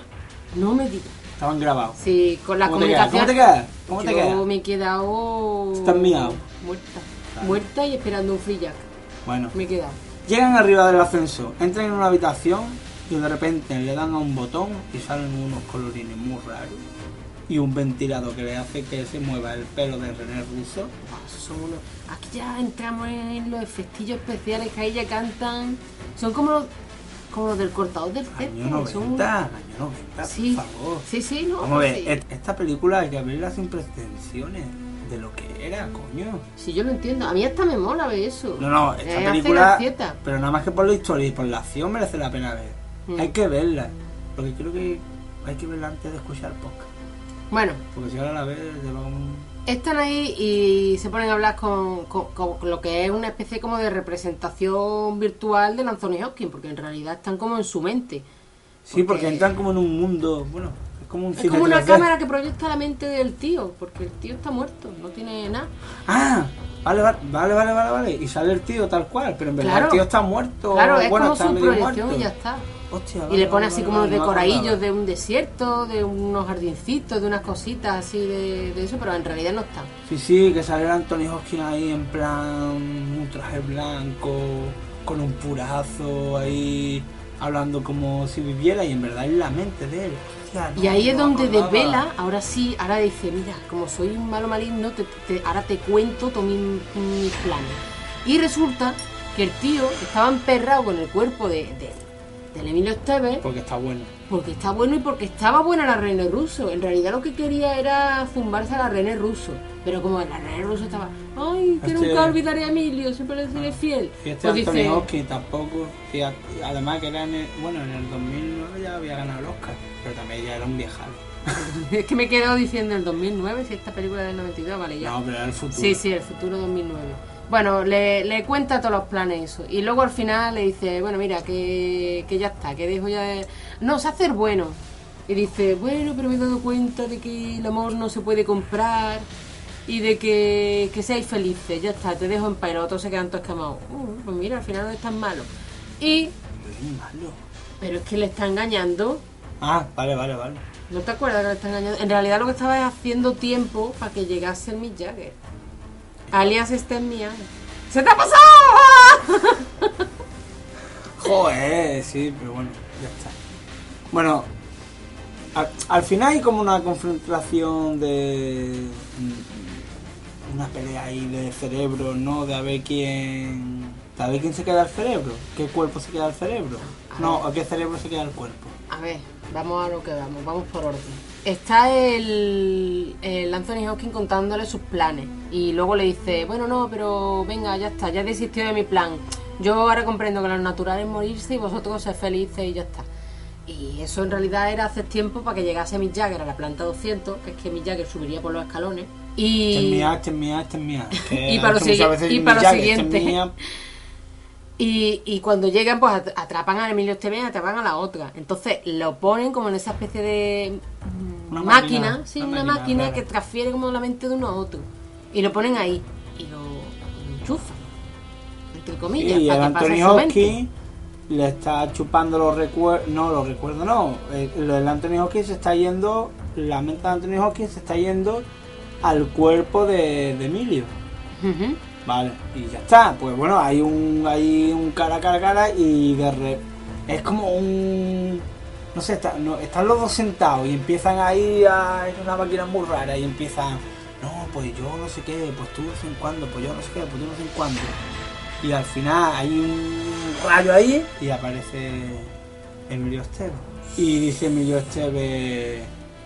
No me digas. Estaban grabados. Sí, con la ¿Cómo te quedas? comunicación. ¿Cómo te Yo quedas? me he quedado... Estás miado. Muerta. Vale. Muerta y esperando un free jack. Bueno, Me he quedado. llegan arriba del ascensor, entran en una habitación y de repente le dan a un botón y salen unos colorines muy raros. Y un ventilador que le hace que se mueva el pelo de René Russo. Ah, esos son unos... Aquí ya entramos en los efectillos especiales que ahí ya cantan. Son como los del cortador del césped. Año 90, son año 90, Sí. por favor. Sí, no. Vamos a ver, sí. esta película hay que verla sin pretensiones de lo que era, coño. Sí, yo lo entiendo. A mí hasta me mola ver eso. No, esta Hace película, gracieta. pero nada más que por la historia y por la acción merece la pena ver. Mm. Hay que verla, porque creo que hay que verla antes de escuchar podcast. Bueno, Porque si ahora la ves, te va un... están ahí y se ponen a hablar con lo que es una especie como de representación virtual del Anthony Hopkins, porque en realidad están como en su mente. Sí, porque entran como en un mundo, bueno, es como un Es cine como una 3D. cámara que proyecta la mente del tío, porque el tío está muerto, no tiene nada. Ah, vale. Y sale el tío tal cual, pero en verdad Claro. el tío está muerto. Claro, es bueno, como está su medio proyección muerto. y ya está. Hostia, Y le pone vale, así vale, como vale, no me decoradillos acordaba. de un desierto, de unos jardincitos, de unas cositas así de eso, pero en realidad no está. Sí, que sale el Anthony Hopkins ahí en plan un traje blanco, con un purazo ahí, hablando como si viviera y en verdad es la mente de él. Hostia, no, Y ahí es no donde acordaba. desvela, ahora sí, ahora dice, mira, como soy un malo maligno, ahora te cuento todos mis planes. Y resulta que el tío estaba emperrado con el cuerpo del Emilio Estevez, Porque está bueno. porque está bueno y porque estaba buena la René Russo. En realidad lo que quería era zumbarse a la René Russo. Pero como la René Russo estaba, ay, que Este- nunca olvidaré a Emilio, siempre le seré fiel. Y este Pues Anthony dice, Hopkins tampoco, sí, además que era en el 2009 ya había ganado el Oscar, pero también ya era un viejal. es que me he quedado diciendo el 2009, si esta película es del 92, vale, ya. No, pero era el futuro. Sí, el futuro 2009. Bueno, le cuenta todos los planes eso. Y luego al final le dice, bueno, mira, que ya está, que dejo ya de... No, se hace el bueno. Y dice, bueno, pero me he dado cuenta de que el amor no se puede comprar y de que seáis felices, ya está, te dejo en paz. Y los otros se quedan todos quemados. Pues mira, al final no es tan malo. Y... Es malo. Pero es que le está engañando. Ah, vale. ¿No te acuerdas que le está engañando? En realidad lo que estaba es haciendo tiempo para que llegase el Mick Jagger. Alias este es mía. ¡Se te ha pasado! Joder, sí, pero bueno, ya está. Bueno, al final hay como una confrontación de... Una pelea ahí de cerebro, ¿no? De a ver quién se queda el cerebro. ¿Qué cuerpo se queda el cerebro? No, ¿a qué cerebro se queda el cuerpo? A ver, vamos a lo que vamos por orden. Está el Anthony Hopkins contándole sus planes y luego le dice, bueno, no, pero venga, ya está, ya he desistido de mi plan. Yo ahora comprendo que lo natural es morirse y vosotros sed felices y ya está. Y eso en realidad era hace tiempo para que llegase Mick Jagger a la planta 200, que es que Mick Jagger subiría por los escalones. Y... Este es mía. Que Y para lo muchas sigui- veces y Mick para lo Jagger, siguiente. Este es mía. Y cuando llegan, pues atrapan a Emilio Estevez y atrapan a la otra. Entonces lo ponen como en esa especie de Una máquina, máquina, sí, una una máquina máquina rara. que transfiere como la mente de uno a otro. Y lo ponen ahí. Y lo enchufan. Entre comillas, Y el para que pase Anthony su mente. Hopkins le está chupando los recuerdos. No, los recuerdos no. El Anthony Hopkins se está yendo la mente de Anthony Hopkins se está yendo al cuerpo de Emilio. Ujú. Vale, y ya está. Pues bueno, hay un cara a cara y es como un... No sé, están los dos sentados y empiezan ahí a... Es una máquina muy rara y empiezan... No, pues yo no sé qué, pues tú no sé en cuándo, pues yo no sé qué, pues tú no sé en cuándo. Y al final hay un rayo ahí y aparece Emilio Esteve. Y dice Emilio Esteve,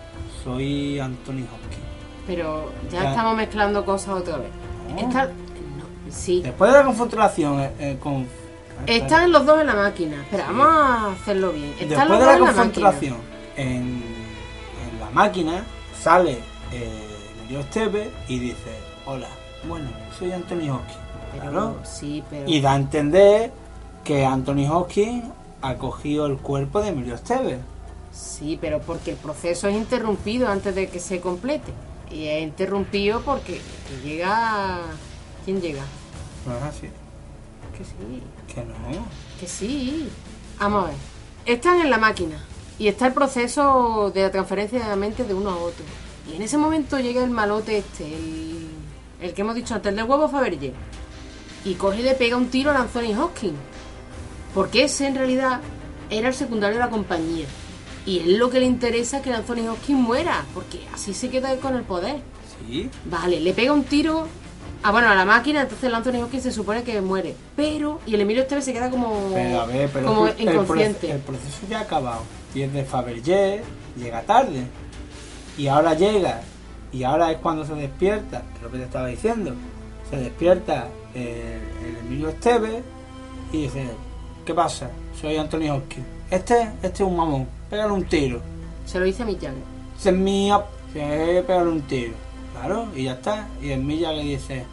soy Anthony Hopkins. Pero ya Ya. estamos mezclando cosas otra vez. No. Está- no, sí. Después de la confrontación Están los dos en la máquina. Espera, Sí. vamos a hacerlo bien. Están después los de dos la en la máquina. confrontación en la máquina sale Emilio Esteve y dice, hola, bueno, soy Anthony Hopkins. Pero, Claro. sí, pero... Y da a entender que Anthony Hopkins ha cogido el cuerpo de Emilio Esteve. Sí, pero porque el proceso es interrumpido antes de que se complete. Y es interrumpido porque llega... ¿Quién llega? No es así. Que sí, Que no. que sí. Vamos a ver. Están en la máquina y está el proceso de la transferencia de la mente de uno a otro. Y en ese momento llega el malote este, el que hemos dicho antes, el del huevo Fabergé. Y coge y le pega un tiro a Anthony Hopkins. Porque ese en realidad era el secundario de la compañía. Y es lo que le interesa que Anthony Hopkins muera, porque así se queda él con el poder. Sí. Vale, le pega un tiro a la máquina, entonces el Anthony Hopkins se supone que muere. Pero, y el Emilio Esteve se queda como, Pero a ver, pero como es que inconsciente. el proceso ya ha acabado. Y el de Fabergé llega tarde. Y ahora llega. Y ahora es cuando se despierta, que es lo que te estaba diciendo. Se despierta el Emilio Esteve y dice, ¿qué pasa? Soy Anthony Hopkins. Este es un mamón. Pégale un tiro. Se lo dice a Mick Jagger. Ese es mío. Pégale un tiro. Claro, y ya está. Y el Milla le dice,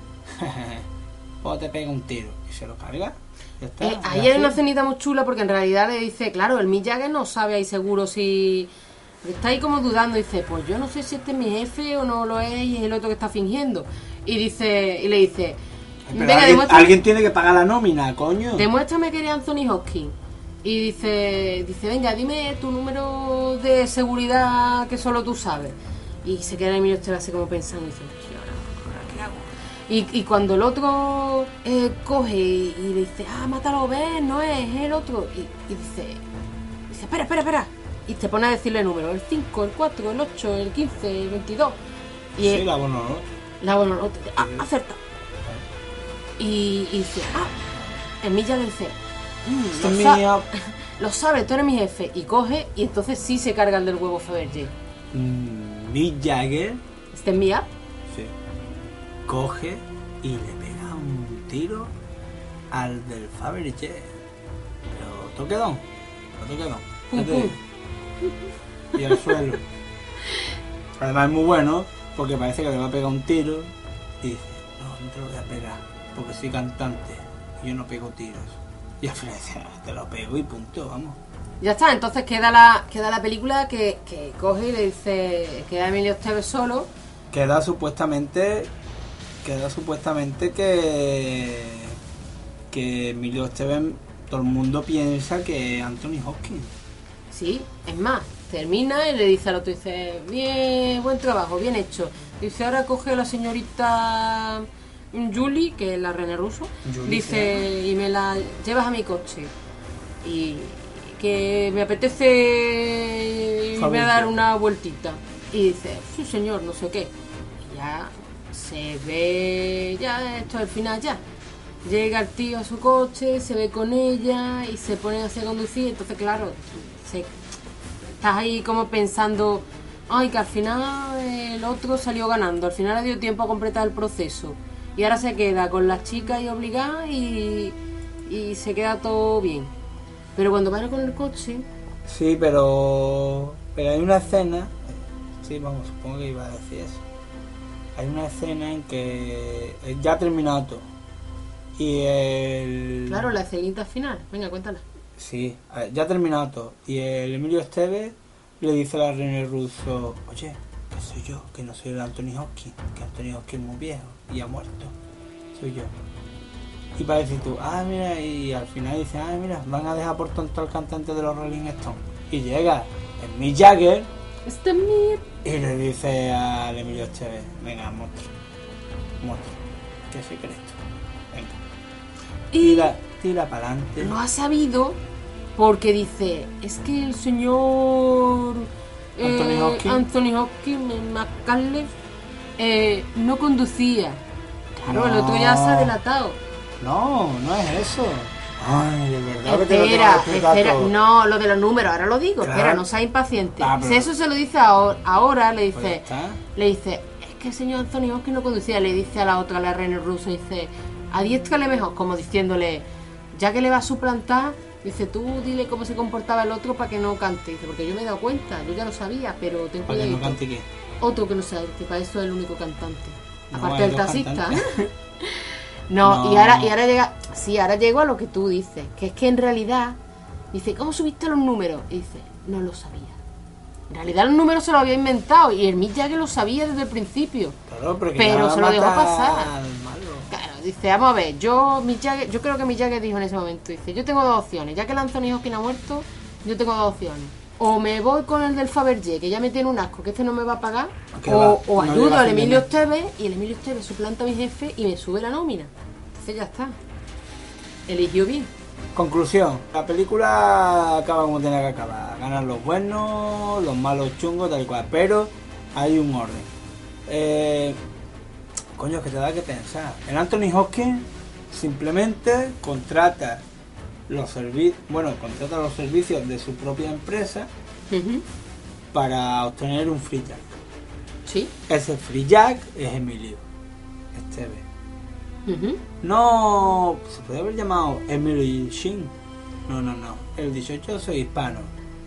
pues te pega un tiro. Y se lo carga. Ya está. Ahí Es hay así. una cenita muy chula porque en realidad le dice, claro, el Mick Jagger no sabe ahí seguro si... Está ahí como dudando, dice, pues yo no sé si este es mi jefe o no lo es y es el otro que está fingiendo. Y le dice, Pero venga, alguien tiene que pagar la nómina, coño. demuéstrame que eres Anthony Hopkins. Y dice, venga, dime tu número de seguridad que solo tú sabes. Y se queda Emilio Esteve así como pensando y dice, "Hostia, ¿ahora qué hago?". Y cuando el otro coge y le dice, mátalo, ves, no es el otro. Y dice, espera. Y te pone a decirle números, el 5, el 4, el 8, el 15, el 22. Y Sí, la bono, ¿no? la bueno, acerta. Y dice, el Milla le dice, Este es mío. lo sabes, tú eres mi jefe. Y coge, y entonces sí se carga el del huevo Fabergé. Mick Jagger, Este es mía. sí, coge y le pega un tiro al del Fabergé. Pero toquedón. Pum, Fíjate. pum. Y al suelo. Además es muy bueno porque parece que le va a pegar un tiro y dice, no te lo voy a pegar porque soy cantante y yo no pego tiros. Y al final dice, te lo pego y punto, vamos. Ya está, entonces queda la película que coge y le dice, queda Emilio Esteve solo. Queda supuestamente que Emilio Esteve, todo el mundo piensa que es Anthony Hopkins. Sí, es más, termina y le dice al otro, dice, bien, buen trabajo, bien hecho. Dice, ahora coge a la señorita Julie, que es la René Russo, Julie, dice, y me la llevas a mi coche. Y que me apetece irme a dar una vueltita. Y dice, sí señor, no sé qué. Y ya se ve, ya esto es el final ya. Llega el tío a su coche, se ve con ella y se pone a conducir. Entonces, claro, estás ahí como pensando, ay, que al final el otro salió ganando, al final le dio tiempo a completar el proceso. Y ahora se queda con las chicas y obligada y se queda todo bien. Pero cuando van con el coche, Sí, pero hay una escena, sí, vamos, supongo que iba a decir eso. Hay una escena en que ya ha terminado todo. Y claro, la escenita final, venga, cuéntala. Sí, ya ha terminado todo. Y el Emilio Esteve le dice a la René Russo, oye, que soy yo, que no soy el Anthony Hopkins, que Anthony Hopkins es muy viejo y ha muerto. Soy yo. Y parece tú, mira, y al final dice, mira, van a dejar por tonto al cantante de los Rolling Stones. Y llega el Mick Jagger, Esta es mía. Y le dice al Emilio Estevez, venga, monstruo, ¿qué se cree esto? Venga, Y tira para adelante. lo ha sabido porque dice, es que el señor Anthony Hopkins, McCallum, no conducía. Claro, el otro ya se ha delatado. No es eso. Ay, de verdad que te lo tengo que explicar Espera, todo. no, lo de los números, ahora lo digo, Claro. espera, no seas impaciente. Ah, pero- Si eso se lo dice ahora, le Pues ya dice, está. es que el señor Anthony Hopkins no conducía, le dice a la otra, la René Russo, dice, adiéstrale mejor, como diciéndole, ya que le va a suplantar, dice, tú dile cómo se comportaba el otro para que no cante, dice, porque yo me he dado cuenta, yo ya lo sabía, pero ten Para que cuidado. no cante qué. Otro que no sabe, que para eso es el único cantante. No, Aparte hay del dos taxista. cantantes. No, No. y ahora llega, sí, ahora llego a lo que tú dices, que es que en realidad, dice, ¿cómo subiste los números? Y dice, no lo sabía. En realidad los números se los había inventado y el Mick Jagger lo sabía desde el principio. Claro, pero Pero se lo dejó pasar. Al malo. Claro, dice, vamos a ver, yo creo que Mick Jagger dijo en ese momento, dice, yo tengo dos opciones, ya que el Anthony Hopkins ha muerto, yo tengo dos opciones. O me voy con el del Fabergé, que ya me tiene un asco, que este no me va a pagar, ¿Qué va? o No ayudo llega a al fin de Emilio mes. Estevez y el Emilio Estevez suplanta a mi jefe y me sube la nómina. Entonces ya está. Eligió bien. Conclusión, la película acaba como tiene que acabar. Ganan los buenos, los malos chungos, tal y cual. Pero hay un orden. Coño, que te da que pensar. El Anthony Hopkins simplemente contrata los servicios de su propia empresa Ujú. para obtener un free jack. Sí. Ese free jack es Emilio Estevez. Ujú. No, se puede haber llamado Emily Shin. No. El 18 soy hispano.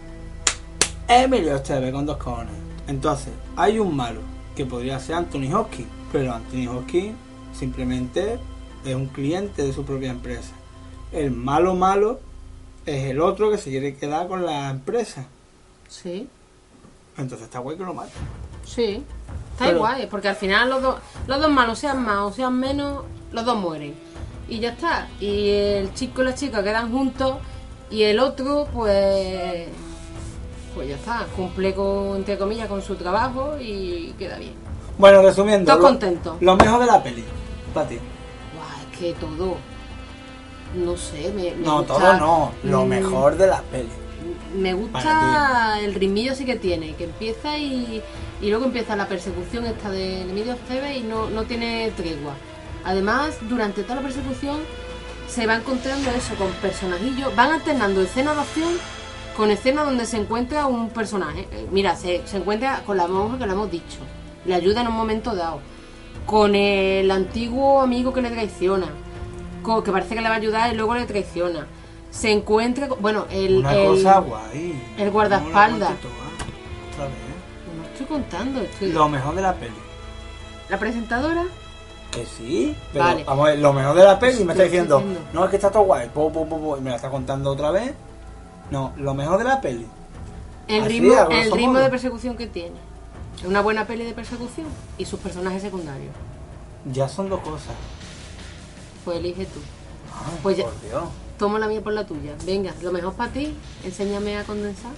Emilio Estevez con dos cojones. Entonces, hay un malo que podría ser Anthony Hopkins, pero Anthony Hopkins simplemente es un cliente de su propia empresa. El malo es el otro que se quiere quedar con la empresa. Sí. Entonces está guay que lo mate. Sí. Está Pero- igual, porque al final los dos malos, sean más o sean menos, los dos mueren. Y ya está. Y el chico y la chica quedan juntos y el otro, pues ya está. Cumple con, entre comillas, con su trabajo y queda bien. Bueno, resumiendo. Todos lo- contentos. Lo mejor de la peli. Para ti. Guau, es que todo. No sé, me No, gusta, todo no. Lo mm, mejor de la peli. Me Para gusta el ritmillo sí que tiene, que empieza y luego empieza la persecución esta de Emilio Estevez y no tiene tregua. Además, durante toda la persecución se va encontrando eso con personajillos, van alternando escenas de acción con escenas donde se encuentra un personaje. Mira, se encuentra con la monja que lo hemos dicho, le ayuda en un momento dado, con el antiguo amigo que le traiciona, que parece que le va a ayudar y luego le traiciona. Se encuentra, bueno, Una cosa guay. el guardaespaldas. No la cuentes toda, otra vez. No estoy contando, estoy... Lo mejor de la peli. La presentadora, Que sí, pero Vale. vamos a ver, lo mejor de la peli me está Estoy diciendo, diciendo. no, es que está todo guay, y me la está contando otra vez. No, lo mejor de la peli. el Así, ritmo, a grosso el ritmo modo. de persecución que tiene. Es una buena peli de persecución y sus personajes secundarios. Ya son dos cosas. Pues elige tú. Ay, Pues ya- por Dios. Toma la mía por la tuya. Venga, lo mejor para ti, enséñame a condensar.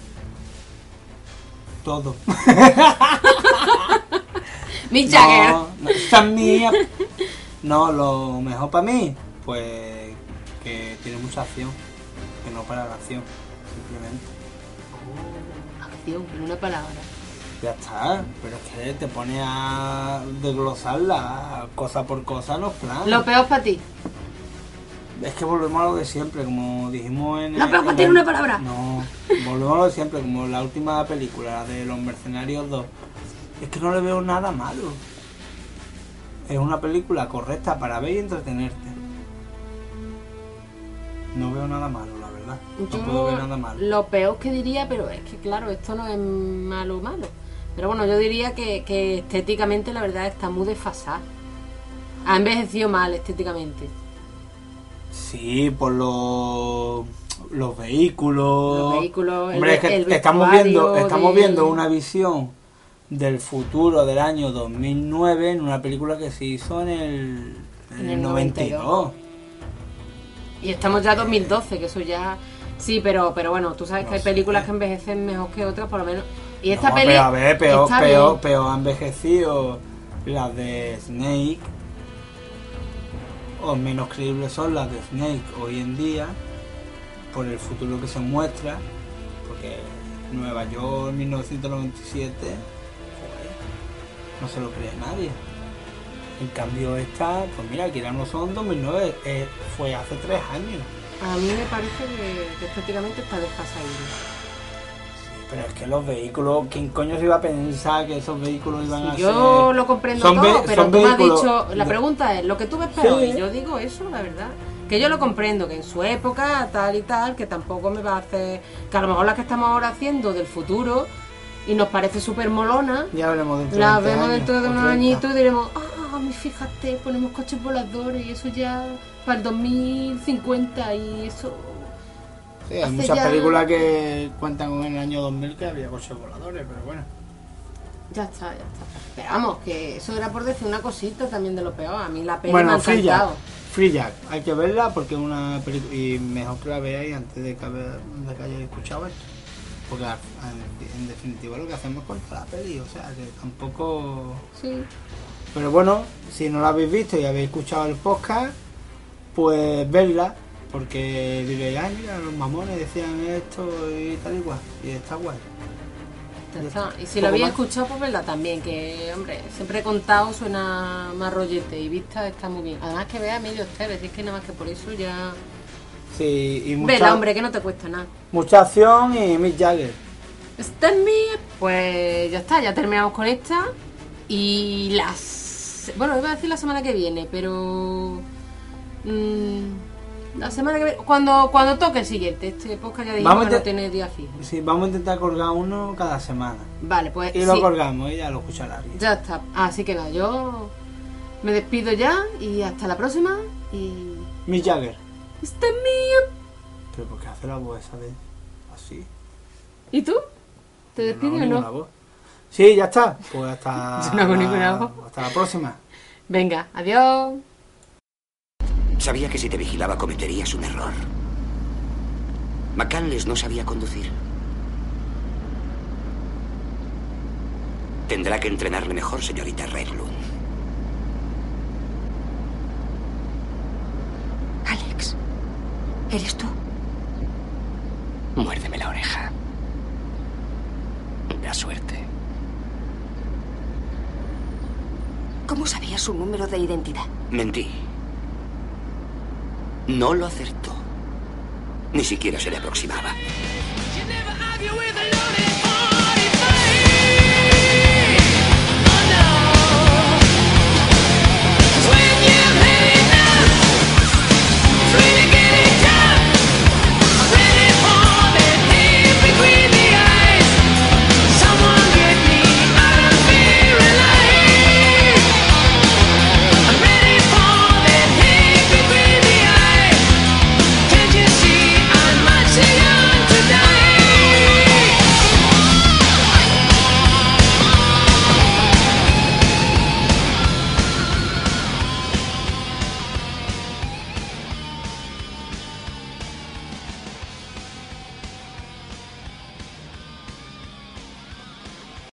Todo. Mick Jagger. No, esa es mía. No, lo mejor para mí, pues que tiene mucha acción. Que no para la acción, simplemente. Acción, en una palabra. Ya está, pero es que te pone a desglosarla cosa por cosa los planos. Lo peor para ti. Es que volvemos a lo de siempre, como dijimos en... Lo peor para en ti en una palabra. No, volvemos a lo de siempre, como la última película, la de Los Mercenarios 2. Es que no le veo nada malo. Es una película correcta para ver y entretenerte. No veo nada malo, la verdad. No puedo ver nada malo. Lo peor que diría, pero es que claro, esto no es malo. Pero bueno, yo diría que estéticamente la verdad está muy desfasada. Ha envejecido mal estéticamente. Sí, por los vehículos. Los vehículos, Hombre, es que el estamos vestuario viendo una visión del futuro del año 2009 en una película que se hizo en el 92. Y estamos ya en 2012, que eso ya... Sí, pero bueno, tú sabes que hay No sé. películas que envejecen mejor que otras, por lo menos Y esta No, peli pero a ver, está bien. peor ha envejecido las de Snake. O menos creíbles son las de Snake hoy en día. Por el futuro que se muestra. Porque Nueva York 1997. Joder, no se lo cree nadie. En cambio esta, pues mira, que no son 2009. Fue hace 3 años. A mí me parece que estéticamente está desfasadilla. Pero es que los vehículos, ¿quién coño se iba a pensar que esos vehículos iban a ser? Yo lo comprendo Son todo, pero son tú me has vehículos dicho, la de- pregunta es, ¿lo que tú ves peor? Sí. Y yo digo eso, la verdad. Que yo lo comprendo, que en su época, tal y tal, que tampoco me va a hacer... Que a lo mejor las que estamos ahora haciendo del futuro, y nos parece súper molona, Ya veremos dentro de la 20 vemos años, dentro de o unos 30. añitos y diremos, fíjate, ponemos coches voladores y eso ya para el 2050 y eso... Sí, hay hace muchas ya- películas que cuentan con el año 2000 que había coches voladores, pero bueno. Ya está. Pero vamos, que eso era por decir una cosita también de lo peor. A mí la peli me Bueno, ha encantado. Free Jack, hay que verla porque es una película y mejor que la veáis antes de que hayáis escuchado esto. Porque en definitiva lo que hacemos es contar la peli, o sea que tampoco... Sí. Pero bueno, si no la habéis visto y habéis escuchado el podcast, pues verla, porque diréis, ay mira, los mamones decían esto y tal y cual, y está guay. Ya Ya está. está. Y si Poco lo habéis más. escuchado, pues verla también. Que, hombre, siempre he contado suena más rollete y vista está muy bien. Además que vea medios TV, si es que nada más que por eso ya... Sí, y Vela, hombre, que no te cuesta nada. mucha acción y Mick Jagger. Stand Me, pues ya está, ya terminamos con esta. Y bueno, iba a decir la semana que viene, pero... la semana que viene, cuando toque el siguiente, este podcast ya dijimos Vamos que a no tiene día fijo. Sí, vamos a intentar colgar uno cada semana. Vale, pues Y lo sí, colgamos y ya lo escuchará alguien. ya está. Así que nada, yo me despido ya y hasta la próxima. Y... Mick Jagger. Stand Me. Pero ¿por qué hace la voz esa de así? ¿Y tú? ¿Te Yo despides hago o ninguna no? voz. Sí, ya está. Pues hasta... Yo no hago ninguna voz. Hasta la próxima. Venga, adiós. Sabía que si te vigilaba cometerías un error. McCandless no sabía conducir. Tendrá que entrenarle mejor, señorita Redlund. Alex, ¿eres tú? Muérdeme la oreja. Da suerte. ¿Cómo sabías su número de identidad? Mentí. No lo acertó. Ni siquiera se le aproximaba. You never argue with a loaded